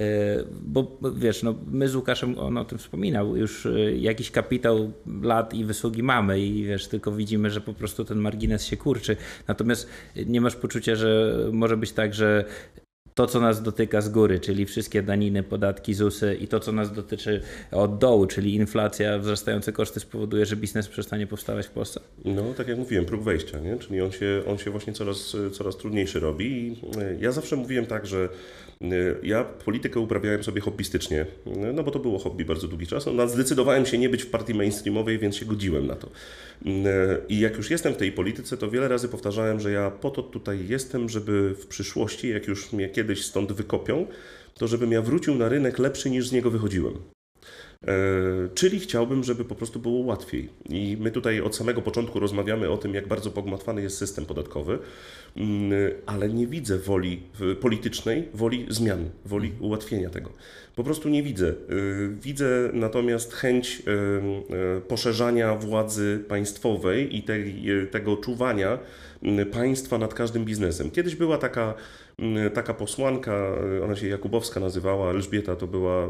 bo wiesz, my z Łukaszem, on o tym wspominał, już jakiś kapitał lat i wysługi mamy i wiesz, tylko widzimy, że po prostu ten margines się kurczy. Natomiast nie masz poczucia, że może być tak, że to, co nas dotyka z góry, czyli wszystkie daniny, podatki, ZUS-y i to, co nas dotyczy od dołu, czyli inflacja, wzrastające koszty spowoduje, że biznes przestanie powstawać w Polsce? No, tak jak mówiłem, próg wejścia, nie? Czyli on się właśnie coraz trudniejszy robi i ja zawsze mówiłem tak, że ja politykę uprawiałem sobie hobbystycznie, no bo to było hobby bardzo długi czas. No, zdecydowałem się nie być w partii mainstreamowej, więc się godziłem na to. I jak już jestem w tej polityce, to wiele razy powtarzałem, że ja po to tutaj jestem, żeby w przyszłości, jak już mnie kiedyś stąd wykopią, to żebym ja wrócił na rynek lepszy niż z niego wychodziłem. Czyli chciałbym, żeby po prostu było łatwiej. I my tutaj od samego początku rozmawiamy o tym, jak bardzo pogmatwany jest system podatkowy, ale nie widzę woli politycznej, woli zmian, woli ułatwienia tego. Po prostu nie widzę. Widzę natomiast chęć poszerzania władzy państwowej i tego czuwania państwa nad każdym biznesem. Kiedyś była taka posłanka, ona się Jakubowska nazywała, Elżbieta to była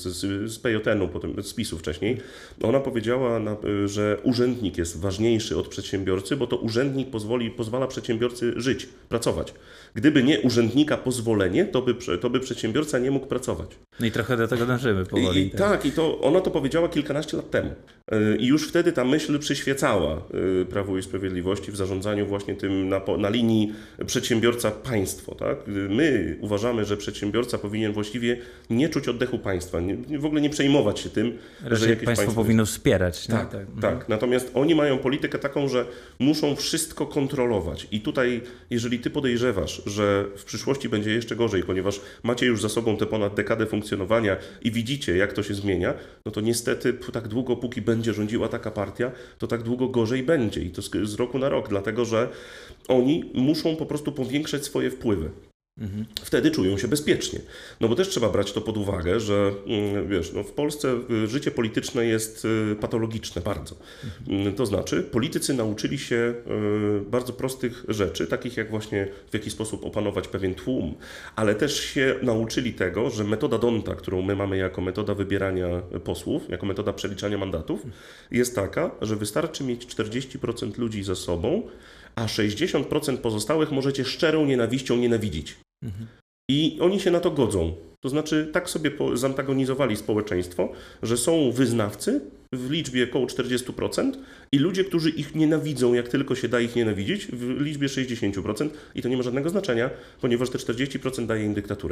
z PJN-u, potem z PiS-u wcześniej. Ona powiedziała, że urzędnik jest ważniejszy od przedsiębiorcy, bo to urzędnik pozwala przedsiębiorcy żyć, pracować. Gdyby nie urzędnika pozwolenie, to by przedsiębiorca nie mógł pracować. No i trochę do tego dążymy powoli. I ona to powiedziała kilkanaście lat temu. I już wtedy ta myśl przyświecała Prawu i Sprawiedliwości w zarządzaniu właśnie tym na linii przedsiębiorca-państwo. Tak? My uważamy, że przedsiębiorca powinien właściwie nie czuć oddechu państwa, w ogóle nie przejmować się tym, że jakieś państwo powinno wspierać. Tak. Natomiast oni mają politykę taką, że muszą wszystko kontrolować. I tutaj, jeżeli ty podejrzewasz, że w przyszłości będzie jeszcze gorzej, ponieważ macie już za sobą tę ponad dekadę funkcjonowania i widzicie, jak to się zmienia, no to niestety tak długo, póki będzie rządziła taka partia, to tak długo gorzej będzie i to z roku na rok, dlatego że oni muszą po prostu powiększać swoje wpływy. Wtedy czują się bezpiecznie. No bo też trzeba brać to pod uwagę, że wiesz, no w Polsce życie polityczne jest patologiczne bardzo. To znaczy politycy nauczyli się bardzo prostych rzeczy, takich jak właśnie w jaki sposób opanować pewien tłum, ale też się nauczyli tego, że metoda D'Hondta, którą my mamy jako metoda wybierania posłów, jako metoda przeliczania mandatów, jest taka, że wystarczy mieć 40% ludzi ze sobą, a 60% pozostałych możecie szczerą nienawiścią nienawidzić. I oni się na to godzą. To znaczy tak sobie zantagonizowali społeczeństwo, że są wyznawcy w liczbie około 40% i ludzie, którzy ich nienawidzą, jak tylko się da ich nienawidzić, w liczbie 60%. I to nie ma żadnego znaczenia, ponieważ te 40% daje im dyktaturę.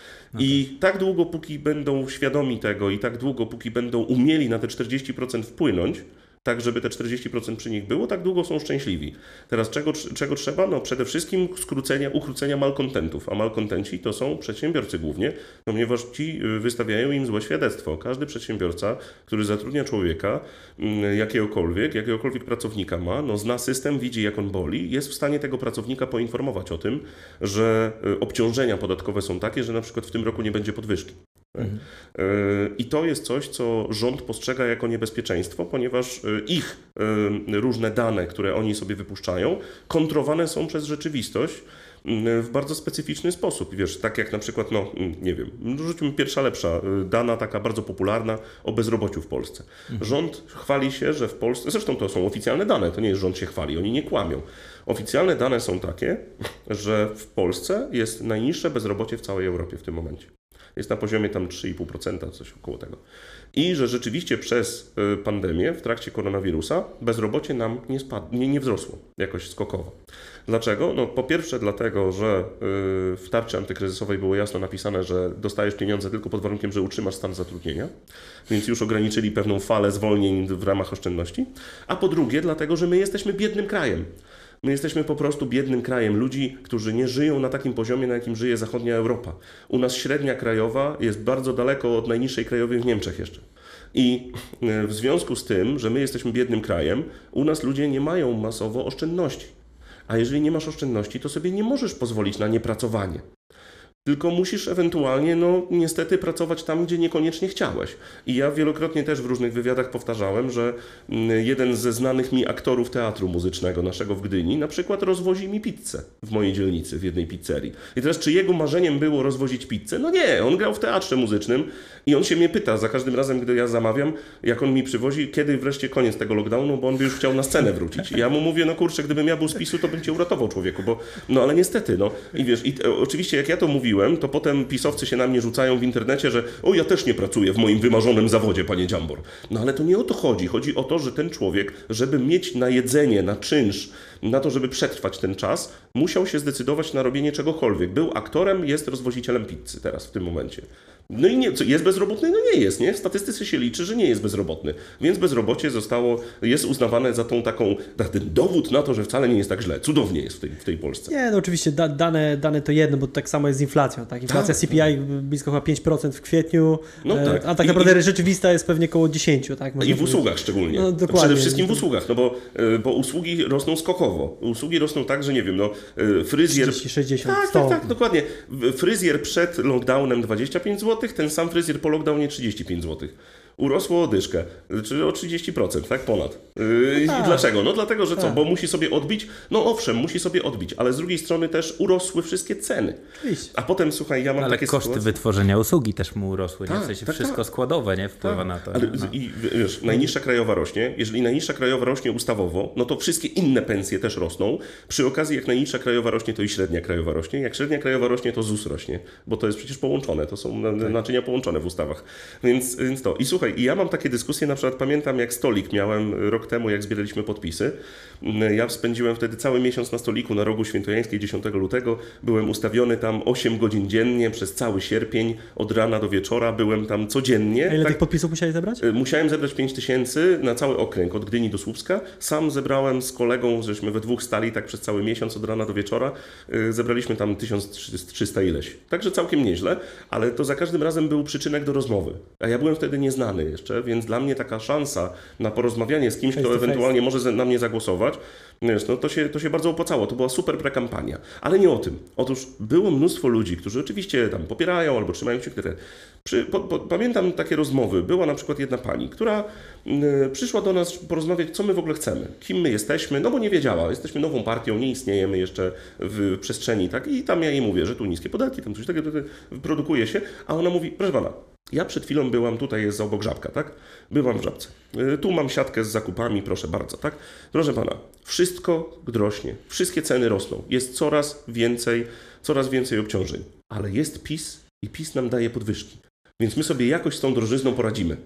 I tak długo, póki będą świadomi tego i tak długo, póki będą umieli na te 40% wpłynąć, tak żeby te 40% przy nich było, tak długo są szczęśliwi. Teraz czego trzeba? No przede wszystkim ukrócenia malkontentów, a malkontenci to są przedsiębiorcy głównie, ponieważ ci wystawiają im złe świadectwo. Każdy przedsiębiorca, który zatrudnia człowieka, jakiegokolwiek pracownika ma, no zna system, widzi jak on boli, jest w stanie tego pracownika poinformować o tym, że obciążenia podatkowe są takie, że na przykład w tym roku nie będzie podwyżki. I to jest coś, co rząd postrzega jako niebezpieczeństwo, ponieważ ich różne dane, które oni sobie wypuszczają, kontrowane są przez rzeczywistość w bardzo specyficzny sposób. Wiesz, tak jak na przykład, no nie wiem, rzućmy pierwsza lepsza, dana taka bardzo popularna o bezrobociu w Polsce. Rząd chwali się, że w Polsce, zresztą to są oficjalne dane, to nie jest rząd się chwali, oni nie kłamią. Oficjalne dane są takie, że w Polsce jest najniższe bezrobocie w całej Europie w tym momencie. Jest na poziomie tam 3,5%, coś około tego. I że rzeczywiście przez pandemię, w trakcie koronawirusa, bezrobocie nam nie wzrosło jakoś skokowo. Dlaczego? No po pierwsze dlatego, że w tarczy antykryzysowej było jasno napisane, że dostajesz pieniądze tylko pod warunkiem, że utrzymasz stan zatrudnienia, więc już ograniczyli pewną falę zwolnień w ramach oszczędności. A po drugie dlatego, że my jesteśmy biednym krajem. My jesteśmy po prostu biednym krajem ludzi, którzy nie żyją na takim poziomie, na jakim żyje zachodnia Europa. U nas średnia krajowa jest bardzo daleko od najniższej krajowej w Niemczech jeszcze. I w związku z tym, że my jesteśmy biednym krajem, u nas ludzie nie mają masowo oszczędności. A jeżeli nie masz oszczędności, to sobie nie możesz pozwolić na niepracowanie. Tylko musisz ewentualnie, no niestety, pracować tam, gdzie niekoniecznie chciałeś. I ja wielokrotnie też w różnych wywiadach powtarzałem, że jeden ze znanych mi aktorów teatru muzycznego naszego w Gdyni na przykład rozwozi mi pizzę w mojej dzielnicy, w jednej pizzerii. I teraz, czy jego marzeniem było rozwozić pizzę? No nie, on grał w teatrze muzycznym i on się mnie pyta za każdym razem, gdy ja zamawiam, jak on mi przywozi, kiedy wreszcie koniec tego lockdownu, bo on by już chciał na scenę wrócić. I ja mu mówię, no kurczę, gdybym ja był z PiS-u, to bym cię uratował, człowieku, bo no ale niestety, no. I wiesz, oczywiście jak ja to mówiłem, mówiłem, to potem pisowcy się na mnie rzucają w internecie, że ja też nie pracuję w moim wymarzonym zawodzie, panie Dziambor. No ale to nie o to chodzi. Chodzi o to, że ten człowiek, żeby mieć na jedzenie, na czynsz, na to, żeby przetrwać ten czas, musiał się zdecydować na robienie czegokolwiek. Był aktorem, jest rozwozicielem pizzy teraz w tym momencie. No i nie, jest bezrobotny? No nie jest, nie? W statystyce się liczy, że nie jest bezrobotny. Więc bezrobocie jest uznawane za ten dowód na to, że wcale nie jest tak źle. Cudownie jest w tej Polsce. Nie, no oczywiście dane to jedno, bo tak samo jest z inflacją. Tak? Inflacja CPI blisko chyba 5% w kwietniu, a tak naprawdę rzeczywista jest pewnie około 10%. Tak? I w usługach szczególnie. No, dokładnie. Przede wszystkim w usługach, no bo usługi rosną skokowo. Usługi rosną tak, że nie wiem, fryzjer... 30, 60, 100. Tak, dokładnie. Fryzjer przed lockdownem 25 zł, ten sam fryzjer po lockdownie 35 zł. Urosło o dyszkę, czyli o 30%, tak? Ponad. I dlaczego? No dlatego, że co? Bo musi sobie odbić? No owszem, musi sobie odbić, ale z drugiej strony też urosły wszystkie ceny. Oczywiście. A potem, słuchaj, ja mam ale takie koszty sytuacje... wytworzenia usługi też mu urosły, nie? W sensie wszystko składowe, nie? Wpływa na to. Ale i wiesz, najniższa krajowa rośnie. Jeżeli najniższa krajowa rośnie ustawowo, no to wszystkie inne pensje też rosną. Przy okazji, jak najniższa krajowa rośnie, to i średnia krajowa rośnie. Jak średnia krajowa rośnie, to ZUS rośnie, bo to jest przecież połączone, to są naczynia połączone w ustawach. Więc to. I słuchaj, ja mam takie dyskusje, na przykład pamiętam, jak stolik miałem rok temu, jak zbieraliśmy podpisy. Ja spędziłem wtedy cały miesiąc na stoliku na Rogu Świętojańskiej 10 lutego. Byłem ustawiony tam 8 godzin dziennie przez cały sierpień, od rana do wieczora. Byłem tam codziennie. A ile tych podpisów musiałeś zebrać? Musiałem zebrać 5000 na cały okręg, od Gdyni do Słupska. Sam zebrałem z kolegą, żeśmy we dwóch stali tak przez cały miesiąc, od rana do wieczora. Zebraliśmy tam 1300 ileś. Także całkiem nieźle, ale to za każdym razem był przyczynek do rozmowy. A ja byłem wtedy nieznany jeszcze, więc dla mnie taka szansa na porozmawianie z kimś, kto ewentualnie może na mnie zagłosować, wiesz, no to się bardzo opłacało. To była super prekampania. Ale nie o tym. Otóż było mnóstwo ludzi, którzy oczywiście tam popierają albo trzymają kciuki. Pamiętam takie rozmowy. Była na przykład jedna pani, która przyszła do nas porozmawiać, co my w ogóle chcemy, kim my jesteśmy, no bo nie wiedziała. Jesteśmy nową partią, nie istniejemy jeszcze w przestrzeni, tak? I tam ja jej mówię, że tu niskie podatki, tam coś takiego produkuje się, a ona mówi, proszę pana, ja przed chwilą byłam, tutaj jest obok Żabka, tak? Byłam w Żabce. Tu mam siatkę z zakupami, proszę bardzo, tak? Proszę pana, wszystko drośnie, wszystkie ceny rosną, jest coraz więcej obciążeń, ale jest PiS i PiS nam daje podwyżki, więc my sobie jakoś z tą drożyzną poradzimy.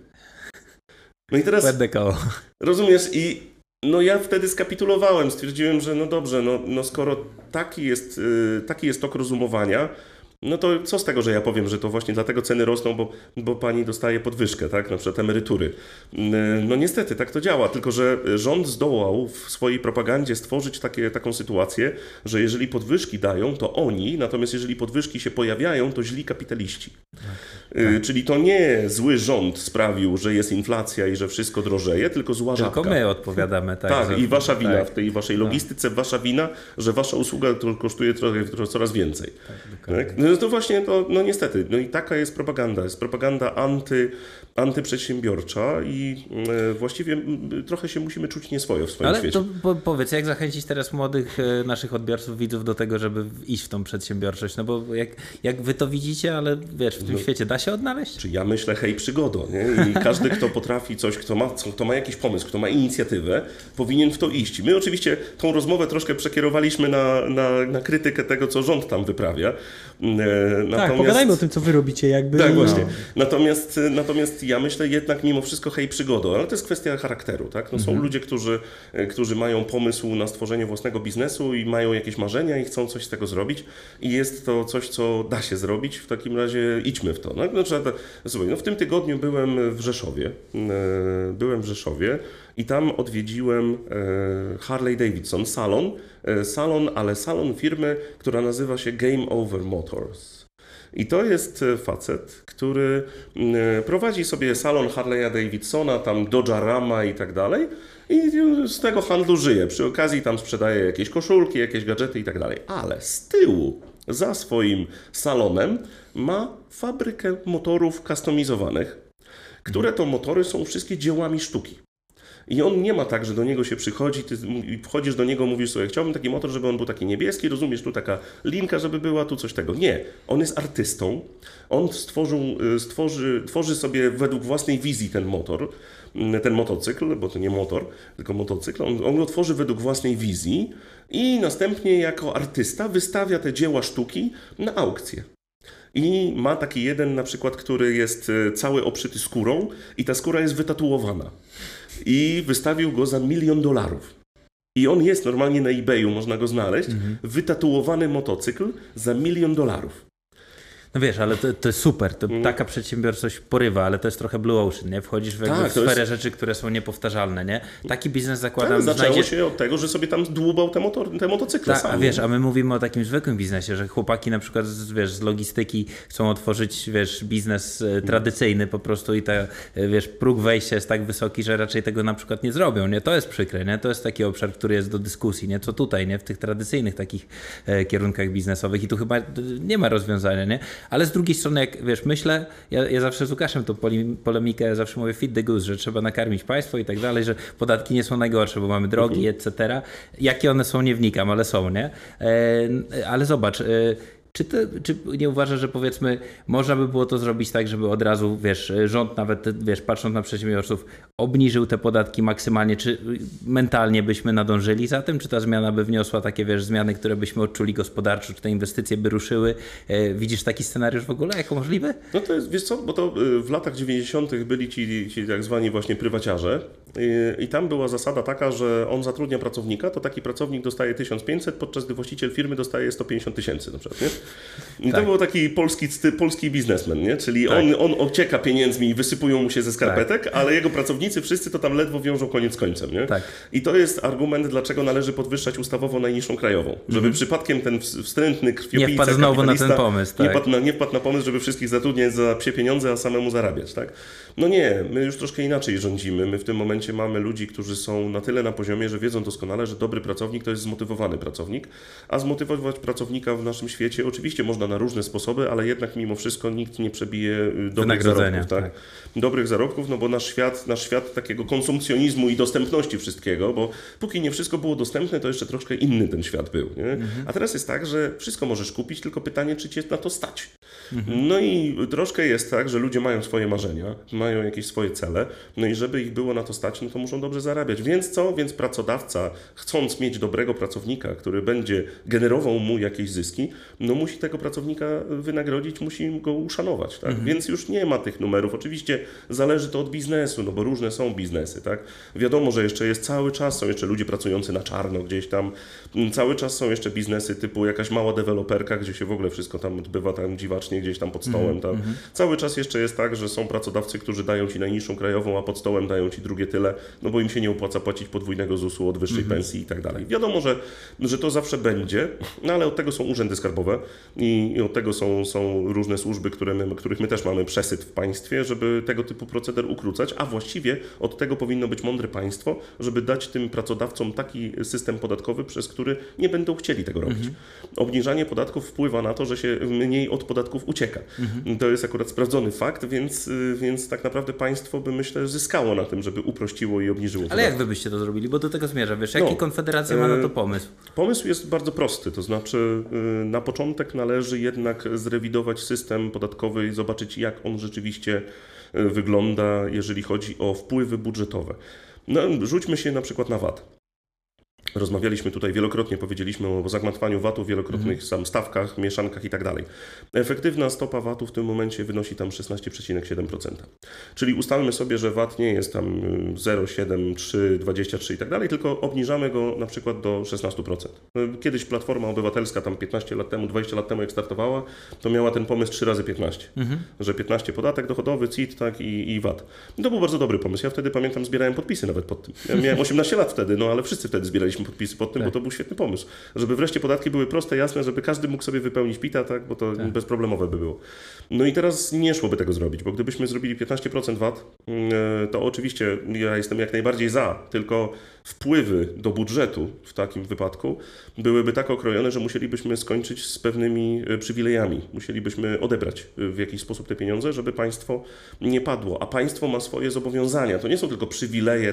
No i teraz, rozumiesz, i no ja wtedy skapitulowałem, stwierdziłem, że no dobrze, no skoro taki jest tok rozumowania, no to co z tego, że ja powiem, że to właśnie dlatego ceny rosną, bo pani dostaje podwyżkę, tak, na przykład emerytury. No niestety, tak to działa, tylko że rząd zdołał w swojej propagandzie stworzyć taką sytuację, że jeżeli podwyżki dają, to oni, natomiast jeżeli podwyżki się pojawiają, to źli kapitaliści. Czyli to nie zły rząd sprawił, że jest inflacja i że wszystko drożeje, tylko zła żabka. Tylko my odpowiadamy. Tak, i wasza wina, w tej waszej logistyce, wasza wina, że wasza usługa kosztuje coraz więcej. Tak? No to właśnie, no niestety, no i taka jest propaganda antyprzedsiębiorcza i właściwie trochę się musimy czuć nieswojo w swoim świecie. Ale to powiedz, jak zachęcić teraz młodych naszych odbiorców, widzów do tego, żeby iść w tą przedsiębiorczość? No bo jak wy to widzicie, ale wiesz, w tym świecie da się odnaleźć? Czy ja myślę, hej, przygodo, nie? I każdy, kto potrafi coś, kto ma jakiś pomysł, kto ma inicjatywę, powinien w to iść. My oczywiście tą rozmowę troszkę przekierowaliśmy na krytykę tego, co rząd tam wyprawia. Tak, pogadajmy o tym, co wy robicie. Jakby. Tak, właśnie. Natomiast ja myślę jednak mimo wszystko, hej, przygodo, ale to jest kwestia charakteru, tak? No, są ludzie, którzy mają pomysł na stworzenie własnego biznesu i mają jakieś marzenia i chcą coś z tego zrobić i jest to coś, co da się zrobić, w takim razie idźmy w to. No, słuchaj, w tym tygodniu byłem w Rzeszowie i tam odwiedziłem Harley Davidson, salon firmy, która nazywa się Game Over Motors. I to jest facet, który prowadzi sobie salon Harley'a Davidsona, tam Dodge'a Rama i tak dalej i z tego handlu żyje. Przy okazji tam sprzedaje jakieś koszulki, jakieś gadżety i tak dalej. Ale z tyłu, za swoim salonem ma fabrykę motorów customizowanych, które to motory są wszystkie dziełami sztuki. I on nie ma tak, że do niego się przychodzi, ty wchodzisz do niego, mówisz sobie, chciałbym taki motor, żeby on był taki niebieski, rozumiesz, tu taka linka, żeby była, tu coś tego. Nie, on jest artystą, on tworzy sobie według własnej wizji ten motocykl, bo to nie motor, tylko motocykl, on go tworzy według własnej wizji i następnie jako artysta wystawia te dzieła sztuki na aukcję. i ma taki jeden na przykład, który jest cały obszyty skórą i ta skóra jest wytatuowana. I wystawił go za $1 milion. I on jest normalnie na eBayu, można go znaleźć, wytatuowany motocykl za $1 milion. No wiesz, ale to jest super, taka przedsiębiorczość porywa, ale to jest trochę blue ocean, nie? Wchodzisz w sferę rzeczy, które są niepowtarzalne, nie? Taki biznes zakładam... Zaczęło się od tego, że sobie tam dłubał te motocykle sam. A wiesz, a my mówimy o takim zwykłym biznesie, że chłopaki na przykład z logistyki chcą otworzyć, biznes tradycyjny po prostu i próg wejścia jest tak wysoki, że raczej tego na przykład nie zrobią, nie? To jest przykre, nie? To jest taki obszar, który jest do dyskusji, nie? Co tutaj, nie? W tych tradycyjnych takich kierunkach biznesowych i tu chyba nie ma rozwiązania, nie? Ale z drugiej strony, jak myślę, ja zawsze z Łukaszem tą polemikę zawsze mówię feed the goose, że trzeba nakarmić państwo i tak dalej, że podatki nie są najgorsze, bo mamy drogi, etc. Jakie one są, nie wnikam, ale są, nie? Ale zobacz, czy nie uważasz, że powiedzmy można by było to zrobić tak, żeby od razu, rząd nawet, patrząc na przedsiębiorców, obniżył te podatki maksymalnie, czy mentalnie byśmy nadążyli za tym, czy ta zmiana by wniosła takie, zmiany, które byśmy odczuli gospodarczo, czy te inwestycje by ruszyły? Widzisz taki scenariusz w ogóle jako możliwy? No to jest, wiesz co, bo to w latach 90. byli ci tak zwani właśnie prywaciarze i tam była zasada taka, że on zatrudnia pracownika, to taki pracownik dostaje 1500, podczas gdy właściciel firmy dostaje 150 000 na przykład, nie? I to był taki polski biznesmen, nie? Czyli on ocieka pieniędzmi i wysypują mu się ze skarpetek, ale jego pracownicy wszyscy to tam ledwo wiążą koniec z końcem, nie? I to jest argument, dlaczego należy podwyższać ustawowo najniższą krajową. Żeby przypadkiem ten wstrętny krwiopijca, nie wpadł znowu na ten pomysł. Nie wpadł na pomysł, żeby wszystkich zatrudniać za psie pieniądze, a samemu zarabiać, tak? No nie, my już troszkę inaczej rządzimy. My w tym momencie mamy ludzi, którzy są na tyle na poziomie, że wiedzą doskonale, że dobry pracownik to jest zmotywowany pracownik, a zmotywować pracownika w naszym świecie oczywiście można na różne sposoby, ale jednak mimo wszystko nikt nie przebije dobrych zarobków, tak? Dobrych zarobków, no bo nasz świat takiego konsumpcjonizmu i dostępności wszystkiego, bo póki nie wszystko było dostępne, to jeszcze troszkę inny ten świat był, nie? A teraz jest tak, że wszystko możesz kupić, tylko pytanie, czy cię na to stać. No i troszkę jest tak, że ludzie mają swoje marzenia, mają jakieś swoje cele, no i żeby ich było na to stać, no to muszą dobrze zarabiać. Więc co? Więc pracodawca, chcąc mieć dobrego pracownika, który będzie generował mu jakieś zyski, no musi tego pracownika wynagrodzić, musi go uszanować, tak? Więc już nie ma tych numerów. Oczywiście zależy to od biznesu, no bo różne są biznesy, tak? Wiadomo, że jeszcze jest cały czas, są jeszcze ludzie pracujący na czarno gdzieś tam, cały czas są jeszcze biznesy typu jakaś mała deweloperka, gdzie się w ogóle wszystko tam odbywa tam dziwacznie gdzieś tam pod stołem, tam. Cały czas jeszcze jest tak, że są pracodawcy, którzy dają ci najniższą krajową, a pod stołem dają ci drugie tyle, no bo im się nie opłaca płacić podwójnego ZUS-u od wyższej pensji i tak dalej. Wiadomo, że to zawsze będzie, no ale od tego są urzędy skarbowe i od tego są różne służby, których my też mamy przesyt w państwie, żeby tego typu proceder ukrócać, a właściwie od tego powinno być mądre państwo, żeby dać tym pracodawcom taki system podatkowy, przez który nie będą chcieli tego robić. Obniżanie podatków wpływa na to, że się mniej od podatków ucieka. To jest akurat sprawdzony fakt, więc tak naprawdę państwo by, myślę, zyskało na tym, żeby uprościło i obniżyło podatki. Ale jak wy byście to zrobili? Bo do tego zmierzam. Jaki Konfederacja ma na to pomysł? Pomysł jest bardzo prosty, to znaczy na początek należy jednak zrewidować system podatkowy i zobaczyć, jak on rzeczywiście wygląda, jeżeli chodzi o wpływy budżetowe. No, rzućmy się na przykład na VAT. Rozmawialiśmy tutaj wielokrotnie, powiedzieliśmy o zagmatwaniu VAT-u, wielokrotnych sam stawkach, mieszankach i tak dalej. Efektywna stopa VAT-u w tym momencie wynosi tam 16,7%. Czyli ustalmy sobie, że VAT nie jest tam 0,7, 3, 23 i tak dalej, tylko obniżamy go na przykład do 16%. Kiedyś Platforma Obywatelska tam 15 lat temu, 20 lat temu jak startowała, to miała ten pomysł 3 razy 15. Że 15 podatek dochodowy, CIT, tak, i VAT. I to był bardzo dobry pomysł. Ja wtedy pamiętam, zbierałem podpisy nawet pod tym. Ja miałem 18 lat wtedy, no ale wszyscy wtedy zbieraliśmy podpisy pod tym, bo to był świetny pomysł. Żeby wreszcie podatki były proste, jasne, żeby każdy mógł sobie wypełnić PIT-a, tak, bo to bezproblemowe by było. No i teraz nie szłoby tego zrobić, bo gdybyśmy zrobili 15% VAT, to oczywiście ja jestem jak najbardziej za, tylko wpływy do budżetu w takim wypadku byłyby tak okrojone, że musielibyśmy skończyć z pewnymi przywilejami. Musielibyśmy odebrać w jakiś sposób te pieniądze, żeby państwo nie padło. A państwo ma swoje zobowiązania. To nie są tylko przywileje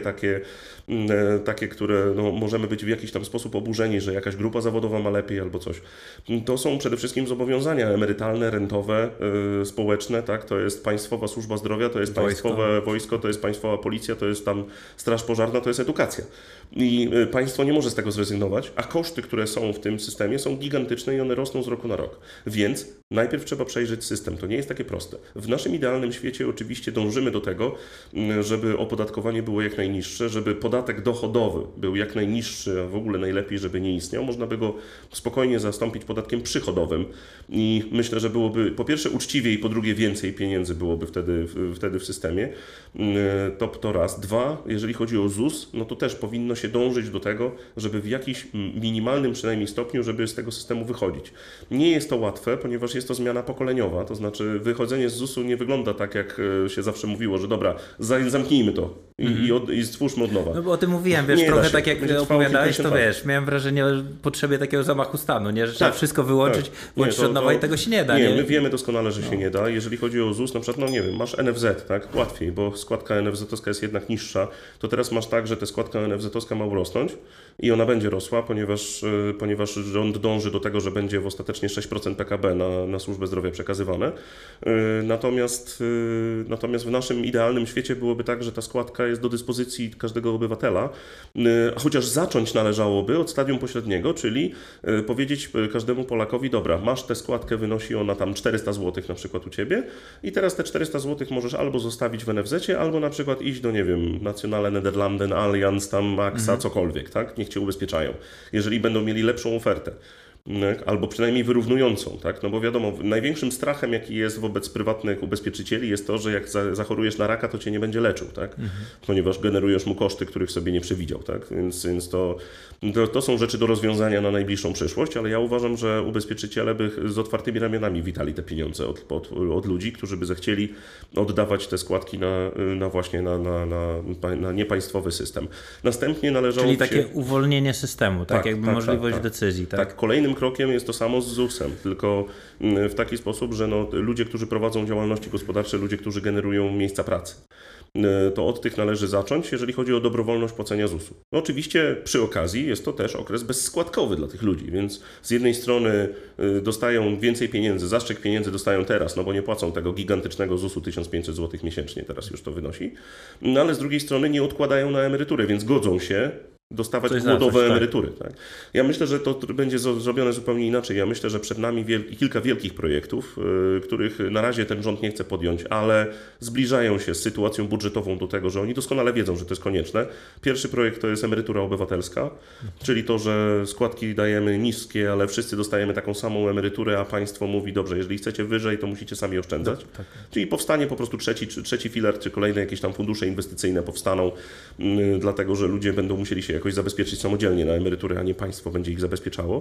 takie, które no, możemy być w jakiś tam sposób oburzeni, że jakaś grupa zawodowa ma lepiej albo coś. To są przede wszystkim zobowiązania emerytalne, rentowe, społeczne, tak? To jest państwowa służba zdrowia, to jest państwowe wojsko, to jest państwowa policja, to jest tam straż pożarna, to jest edukacja. I państwo nie może z tego zrezygnować, a koszty, które są w tym systemie, są gigantyczne i one rosną z roku na rok. Więc najpierw trzeba przejrzeć system. To nie jest takie proste. W naszym idealnym świecie oczywiście dążymy do tego, żeby opodatkowanie było jak najniższe, żeby podatek dochodowy był jak najniższy, a w ogóle najlepiej, żeby nie istniał. Można by go spokojnie zastąpić podatkiem przychodowym i myślę, że byłoby po pierwsze uczciwie i po drugie więcej pieniędzy byłoby wtedy w systemie. To raz. Dwa, jeżeli chodzi o ZUS, no to też powinno się dążyć do tego, żeby w jakimś minimalnym przynajmniej stopniu, żeby z tego systemu wychodzić. Nie jest to łatwe, ponieważ jest to zmiana pokoleniowa, to znaczy wychodzenie z ZUS-u nie wygląda tak, jak się zawsze mówiło, że dobra, zamknijmy to i stwórzmy od nowa. No bo o tym mówiłem, wiesz, Nie trochę da się. tak jak Będzie trwało opowiadałeś, to kilkadziesiąt lat. wiesz, miałem wrażenie o potrzebie takiego zamachu stanu, nie? Że trzeba wszystko wyłączyć, włączyć Nie, od nowa i tego się nie da. Nie, my wiemy doskonale, że się nie da. Jeżeli chodzi o ZUS, na przykład, no nie wiem, masz NFZ, tak? Łatwiej, bo składka NFZ-owska jest jednak niższa. To teraz masz tak, że ta składka NFZ-owska ma urosnąć i ona będzie rosła, ponieważ rząd dąży do tego, że będzie w ostatecznie 6% PKB na służbę zdrowia przekazywane. Natomiast w naszym idealnym świecie byłoby tak, że ta składka jest do dyspozycji każdego obywatela, chociaż zacząć należałoby od stadium pośredniego, czyli powiedzieć każdemu Polakowi, dobra, masz tę składkę, wynosi ona tam 400 zł na przykład u Ciebie i teraz te 400 zł możesz albo zostawić w NFZ-cie, albo na przykład iść do, nie wiem, Nationale Nederlanden, Allianz, tam AXA, cokolwiek, tak? Niech Cię ubezpieczają, jeżeli będą mieli lepszą ofertę. Albo przynajmniej wyrównującą, tak? No bo wiadomo, największym strachem, jaki jest wobec prywatnych ubezpieczycieli, jest to, że jak zachorujesz na raka, to cię nie będzie leczył, tak? Ponieważ generujesz mu koszty, których sobie nie przewidział, tak? Więc to są rzeczy do rozwiązania na najbliższą przyszłość, ale ja uważam, że ubezpieczyciele by z otwartymi ramionami witali te pieniądze od ludzi, którzy by zechcieli oddawać te składki na niepaństwowy system. Następnie należało Czyli takie uwolnienie systemu, tak? Jakby możliwość tak. decyzji, tak? Tak, kolejnym krokiem jest to samo z ZUS-em, tylko w taki sposób, że ludzie, którzy prowadzą działalności gospodarcze, ludzie, którzy generują miejsca pracy, to od tych należy zacząć, jeżeli chodzi o dobrowolność płacenia ZUS-u. No oczywiście przy okazji jest to też okres bezskładkowy dla tych ludzi, więc z jednej strony dostają więcej pieniędzy, zastrzyk pieniędzy dostają teraz, no bo nie płacą tego gigantycznego ZUS-u 1500 zł miesięcznie, teraz już to wynosi, no ale z drugiej strony nie odkładają na emeryturę, więc godzą się dostawać głodowe emerytury. Tak. Ja myślę, że to będzie zrobione zupełnie inaczej. Ja myślę, że przed nami kilka wielkich projektów, których na razie ten rząd nie chce podjąć, ale zbliżają się z sytuacją budżetową do tego, że oni doskonale wiedzą, że to jest konieczne. Pierwszy projekt to jest emerytura obywatelska, czyli to, że składki dajemy niskie, ale wszyscy dostajemy taką samą emeryturę, a państwo mówi, dobrze, jeżeli chcecie wyżej, to musicie sami oszczędzać. Tak. Czyli powstanie po prostu trzeci filar, czy kolejne jakieś tam fundusze inwestycyjne powstaną, dlatego, że ludzie będą musieli się jakoś zabezpieczyć samodzielnie na emeryturę, a nie państwo będzie ich zabezpieczało.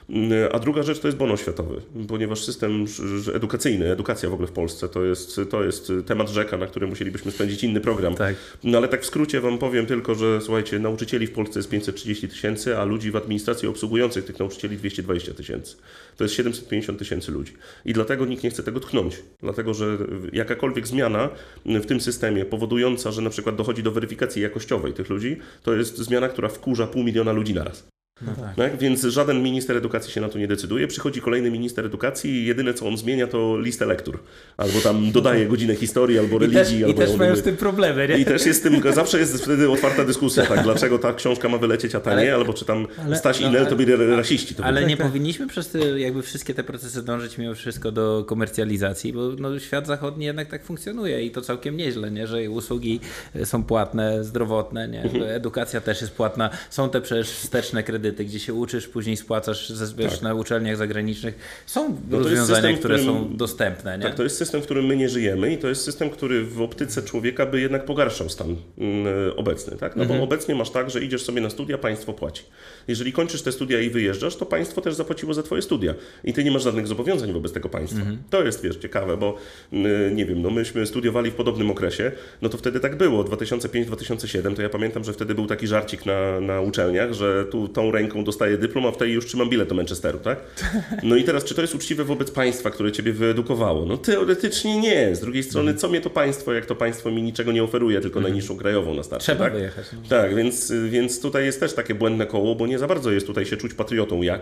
A druga rzecz to jest bon oświatowy, ponieważ system edukacyjny, edukacja w ogóle w Polsce to jest temat rzeka, na którym musielibyśmy spędzić inny program. Tak. No ale tak w skrócie wam powiem tylko, że słuchajcie, nauczycieli w Polsce jest 530 000, a ludzi w administracji obsługujących tych nauczycieli 220 000. To jest 750 000 ludzi. I dlatego nikt nie chce tego tknąć. Dlatego, że jakakolwiek zmiana w tym systemie powodująca, że na przykład dochodzi do weryfikacji jakościowej tych ludzi, to jest zmiana, która wkurza 500 000 ludzi naraz. No tak. Więc żaden minister edukacji się na to nie decyduje. Przychodzi kolejny minister edukacji i jedyne, co on zmienia, to listę lektur. Albo tam dodaje godzinę historii, albo religii. I też mają z tym problemy, nie? I też jest z tym, zawsze jest wtedy otwarta dyskusja, tak, dlaczego ta książka ma wylecieć, a ta nie, albo czy tam Staś i Nel to byli rasiści. Ale nie powinniśmy przez jakby wszystkie te procesy dążyć mimo wszystko do komercjalizacji, bo świat zachodni jednak tak funkcjonuje i to całkiem nieźle, nie? Że usługi są płatne, zdrowotne, nie? Edukacja też jest płatna. Są te przecież wsteczne kredyty, gdzie się uczysz, później spłacasz na uczelniach zagranicznych. Są rozwiązania, które są dostępne. Nie? Tak, to jest system, w którym my nie żyjemy i to jest system, który w optyce człowieka by jednak pogarszał stan obecny. Tak? No bo obecnie masz tak, że idziesz sobie na studia, państwo płaci. Jeżeli kończysz te studia i wyjeżdżasz, to państwo też zapłaciło za twoje studia i ty nie masz żadnych zobowiązań wobec tego państwa. To jest, wiesz, ciekawe, bo nie wiem, no myśmy studiowali w podobnym okresie, no to wtedy tak było, 2005-2007, to ja pamiętam, że wtedy był taki żarcik na uczelniach, że tu tą ręką dostaję dyplom, a w tej już trzymam bilet do Manchesteru, tak? No i teraz, czy to jest uczciwe wobec państwa, które ciebie wyedukowało? No teoretycznie nie. Z drugiej strony, co mnie to państwo, jak to państwo mi niczego nie oferuje, tylko najniższą krajową na starcie, trzeba tak? wyjechać. No. Tak, więc tutaj jest też takie błędne koło, bo nie za bardzo jest tutaj się czuć patriotą jak.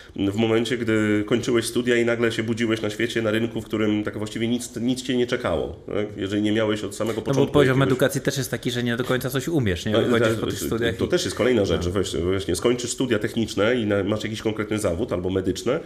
w momencie, gdy kończyłeś studia i nagle się budziłeś na świecie, na rynku, w którym tak właściwie nic cię nie czekało, tak? Jeżeli nie miałeś od samego początku... No bo poziom edukacji też jest taki, że nie do końca coś umiesz, nie? Wychodzisz po tych studiach. To też jest kolejna rzecz, że właśnie skończysz studia techniczne i masz jakiś konkretny zawód albo medyczne,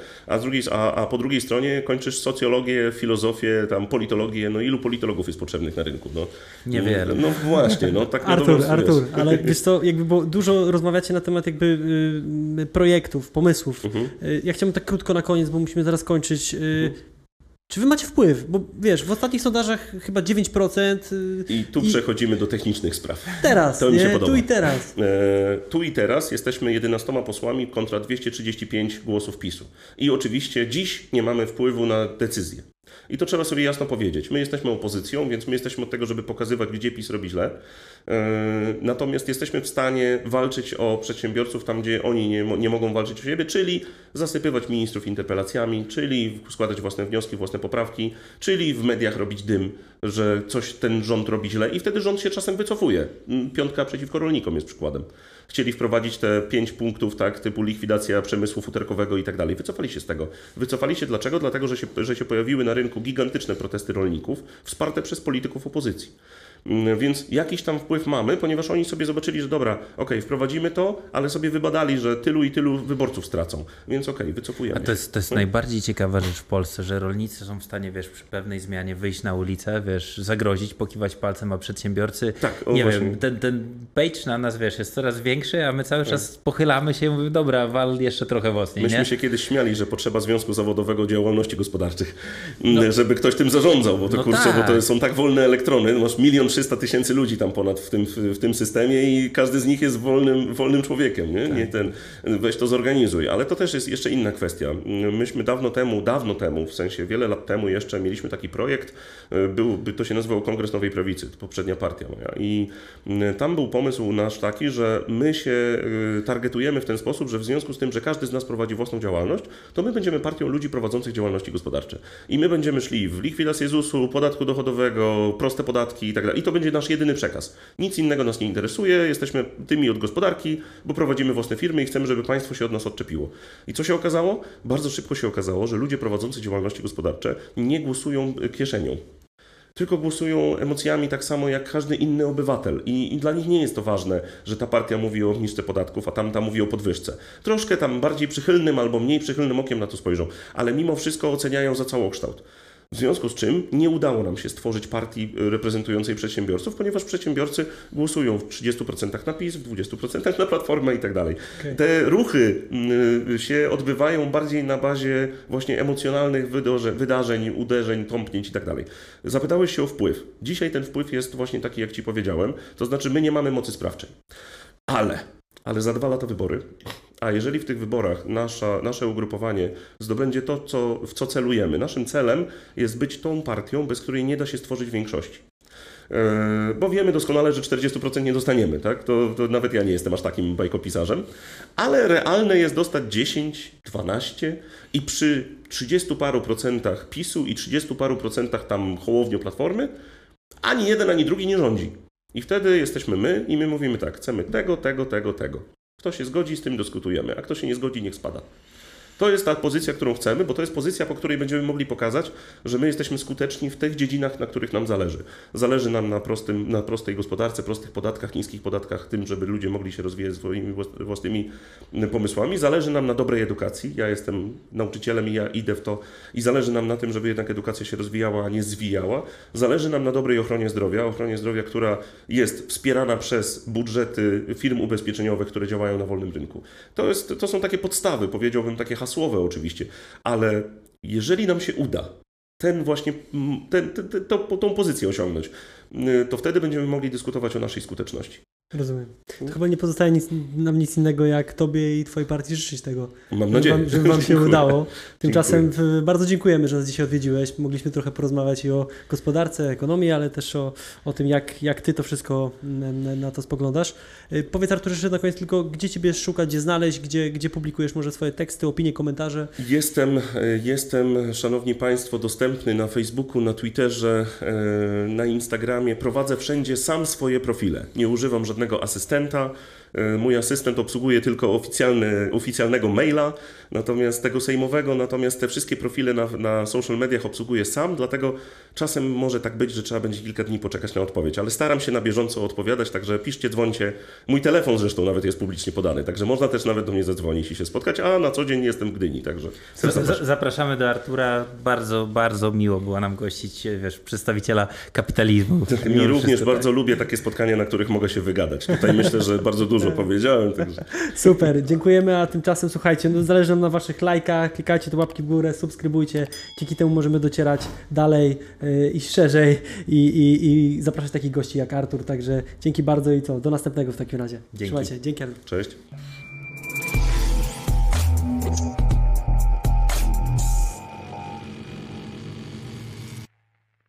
a po drugiej stronie kończysz socjologię, filozofię, tam politologię, no ilu politologów jest potrzebnych na rynku? No, niewiele. No właśnie, no tak Artur, ale wiesz co, jakby bo dużo rozmawiacie na temat jakby projektów, pomysłów. Ja chciałbym tak krótko na koniec, bo musimy zaraz kończyć. Czy wy macie wpływ? Bo wiesz, w ostatnich sondażach chyba 9%. I tu przechodzimy do technicznych spraw. Teraz, to mi się podoba. Tu i teraz. Tu i teraz jesteśmy 11 posłami kontra 235 głosów PiS-u. I oczywiście dziś nie mamy wpływu na decyzję. I to trzeba sobie jasno powiedzieć. My jesteśmy opozycją, więc my jesteśmy od tego, żeby pokazywać, gdzie PiS robi źle. Natomiast jesteśmy w stanie walczyć o przedsiębiorców tam, gdzie oni nie mogą walczyć o siebie, czyli zasypywać ministrów interpelacjami, czyli składać własne wnioski, własne poprawki, czyli w mediach robić dym, że coś ten rząd robi źle i wtedy rząd się czasem wycofuje. 5 przeciwko rolnikom jest przykładem. Chcieli wprowadzić te 5 punktów, tak, typu likwidacja przemysłu futerkowego i tak dalej. Wycofali się z tego. Wycofali się dlaczego? Dlatego, że się pojawiły na rynku gigantyczne protesty rolników, wsparte przez polityków opozycji. Więc jakiś tam wpływ mamy, ponieważ oni sobie zobaczyli, że dobra, wprowadzimy to, ale sobie wybadali, że tylu i tylu wyborców stracą. Więc wycofujemy. A to jest najbardziej ciekawa rzecz w Polsce, że rolnicy są w stanie, wiesz, przy pewnej zmianie wyjść na ulicę, wiesz, zagrozić, pokiwać palcem, a przedsiębiorcy, tak, nie właśnie. wiem, ten page na nas, wiesz, jest coraz większy, a my cały czas pochylamy się i mówimy, dobra, wal jeszcze trochę mocniej, Myśmy nie? się kiedyś śmiali, że potrzeba związku zawodowego działalności gospodarczych, żeby ktoś tym zarządzał, bo to bo to są tak wolne elektrony, masz 1 300 000 ludzi tam ponad w tym systemie i każdy z nich jest wolnym człowiekiem, nie? Tak. Nie weź to zorganizuj, ale to też jest jeszcze inna kwestia. Myśmy dawno temu, w sensie wiele lat temu jeszcze mieliśmy taki projekt, to się nazywał Kongres Nowej Prawicy, to poprzednia partia moja i tam był pomysł nasz taki, że my się targetujemy w ten sposób, że w związku z tym, że każdy z nas prowadzi własną działalność, to my będziemy partią ludzi prowadzących działalności gospodarcze i my będziemy szli w likwidację ZUS-u, podatku dochodowego, proste podatki i tak dalej. I to będzie nasz jedyny przekaz. Nic innego nas nie interesuje, jesteśmy tymi od gospodarki, bo prowadzimy własne firmy i chcemy, żeby państwo się od nas odczepiło. I co się okazało? Bardzo szybko się okazało, że ludzie prowadzący działalności gospodarcze nie głosują kieszenią. Tylko głosują emocjami tak samo jak każdy inny obywatel. I dla nich nie jest to ważne, że ta partia mówi o obniżce podatków, a tamta mówi o podwyżce. Troszkę tam bardziej przychylnym albo mniej przychylnym okiem na to spojrzą, ale mimo wszystko oceniają za całokształt. W związku z czym nie udało nam się stworzyć partii reprezentującej przedsiębiorców, ponieważ przedsiębiorcy głosują w 30% na PiS, w 20% na Platformę i tak dalej. Te ruchy się odbywają bardziej na bazie właśnie emocjonalnych wydarzeń, uderzeń, tąpnięć i tak dalej. Zapytałeś się o wpływ. Dzisiaj ten wpływ jest właśnie taki, jak Ci powiedziałem, to znaczy my nie mamy mocy sprawczej. Ale za 2 lata wybory. A jeżeli w tych wyborach nasze ugrupowanie zdobędzie to, w co celujemy, naszym celem jest być tą partią, bez której nie da się stworzyć większości. Bo wiemy doskonale, że 40% nie dostaniemy, tak? To nawet ja nie jestem aż takim bajkopisarzem, ale realne jest dostać 10, 12 i przy 30 paru procentach PiS-u i 30 paru procentach tam Hołowni Platformy ani jeden, ani drugi nie rządzi. I wtedy jesteśmy my i my mówimy tak, chcemy tego. Kto się zgodzi, z tym dyskutujemy, a kto się nie zgodzi, niech spada. To jest ta pozycja, którą chcemy, bo to jest pozycja, po której będziemy mogli pokazać, że my jesteśmy skuteczni w tych dziedzinach, na których nam zależy. Zależy nam na prostej gospodarce, prostych podatkach, niskich podatkach, tym, żeby ludzie mogli się rozwijać swoimi własnymi pomysłami. Zależy nam na dobrej edukacji. Ja jestem nauczycielem i ja idę w to. I zależy nam na tym, żeby jednak edukacja się rozwijała, a nie zwijała. Zależy nam na dobrej ochronie zdrowia, która jest wspierana przez budżety firm ubezpieczeniowych, które działają na wolnym rynku. To są takie podstawy, powiedziałbym, takie hasłowe oczywiście, ale jeżeli nam się uda tą pozycję osiągnąć, to wtedy będziemy mogli dyskutować o naszej skuteczności. Rozumiem. To chyba nie pozostaje nam nic innego, jak Tobie i Twojej partii życzyć tego. Mam nadzieję. Żeby Wam się udało. Tymczasem bardzo dziękujemy, że nas dzisiaj odwiedziłeś. Mogliśmy trochę porozmawiać i o gospodarce, ekonomii, ale też o tym, jak Ty to wszystko na to spoglądasz. Powiedz, Arturze, jeszcze na koniec tylko, gdzie Ciebie szukać, gdzie znaleźć, gdzie publikujesz może swoje teksty, opinie, komentarze? Jestem, szanowni Państwo, dostępny na Facebooku, na Twitterze, na Instagramie. Prowadzę wszędzie sam swoje profile. Nie używam żadnych żadnego asystenta. Mój asystent obsługuje tylko oficjalnego maila, natomiast tego sejmowego, natomiast te wszystkie profile na social mediach obsługuję sam, dlatego czasem może tak być, że trzeba będzie kilka dni poczekać na odpowiedź, ale staram się na bieżąco odpowiadać, także piszcie, dzwońcie. Mój telefon zresztą nawet jest publicznie podany, także można też nawet do mnie zadzwonić i się spotkać, a na co dzień jestem w Gdyni, także Zapraszamy do Artura. Bardzo, bardzo miło było nam gościć, przedstawiciela kapitalizmu. Mi również bardzo lubię takie spotkania, na których mogę się wygadać. Tutaj myślę, że bardzo dużo powiedziałem. Także. Super, dziękujemy, a tymczasem słuchajcie, zależy nam na waszych lajkach, klikajcie te łapki w górę, subskrybujcie, dzięki temu możemy docierać dalej i szerzej i zapraszać takich gości jak Artur, także dzięki bardzo i do następnego w takim razie. Dzięki. Trzymajcie, dzięki Artur. Cześć.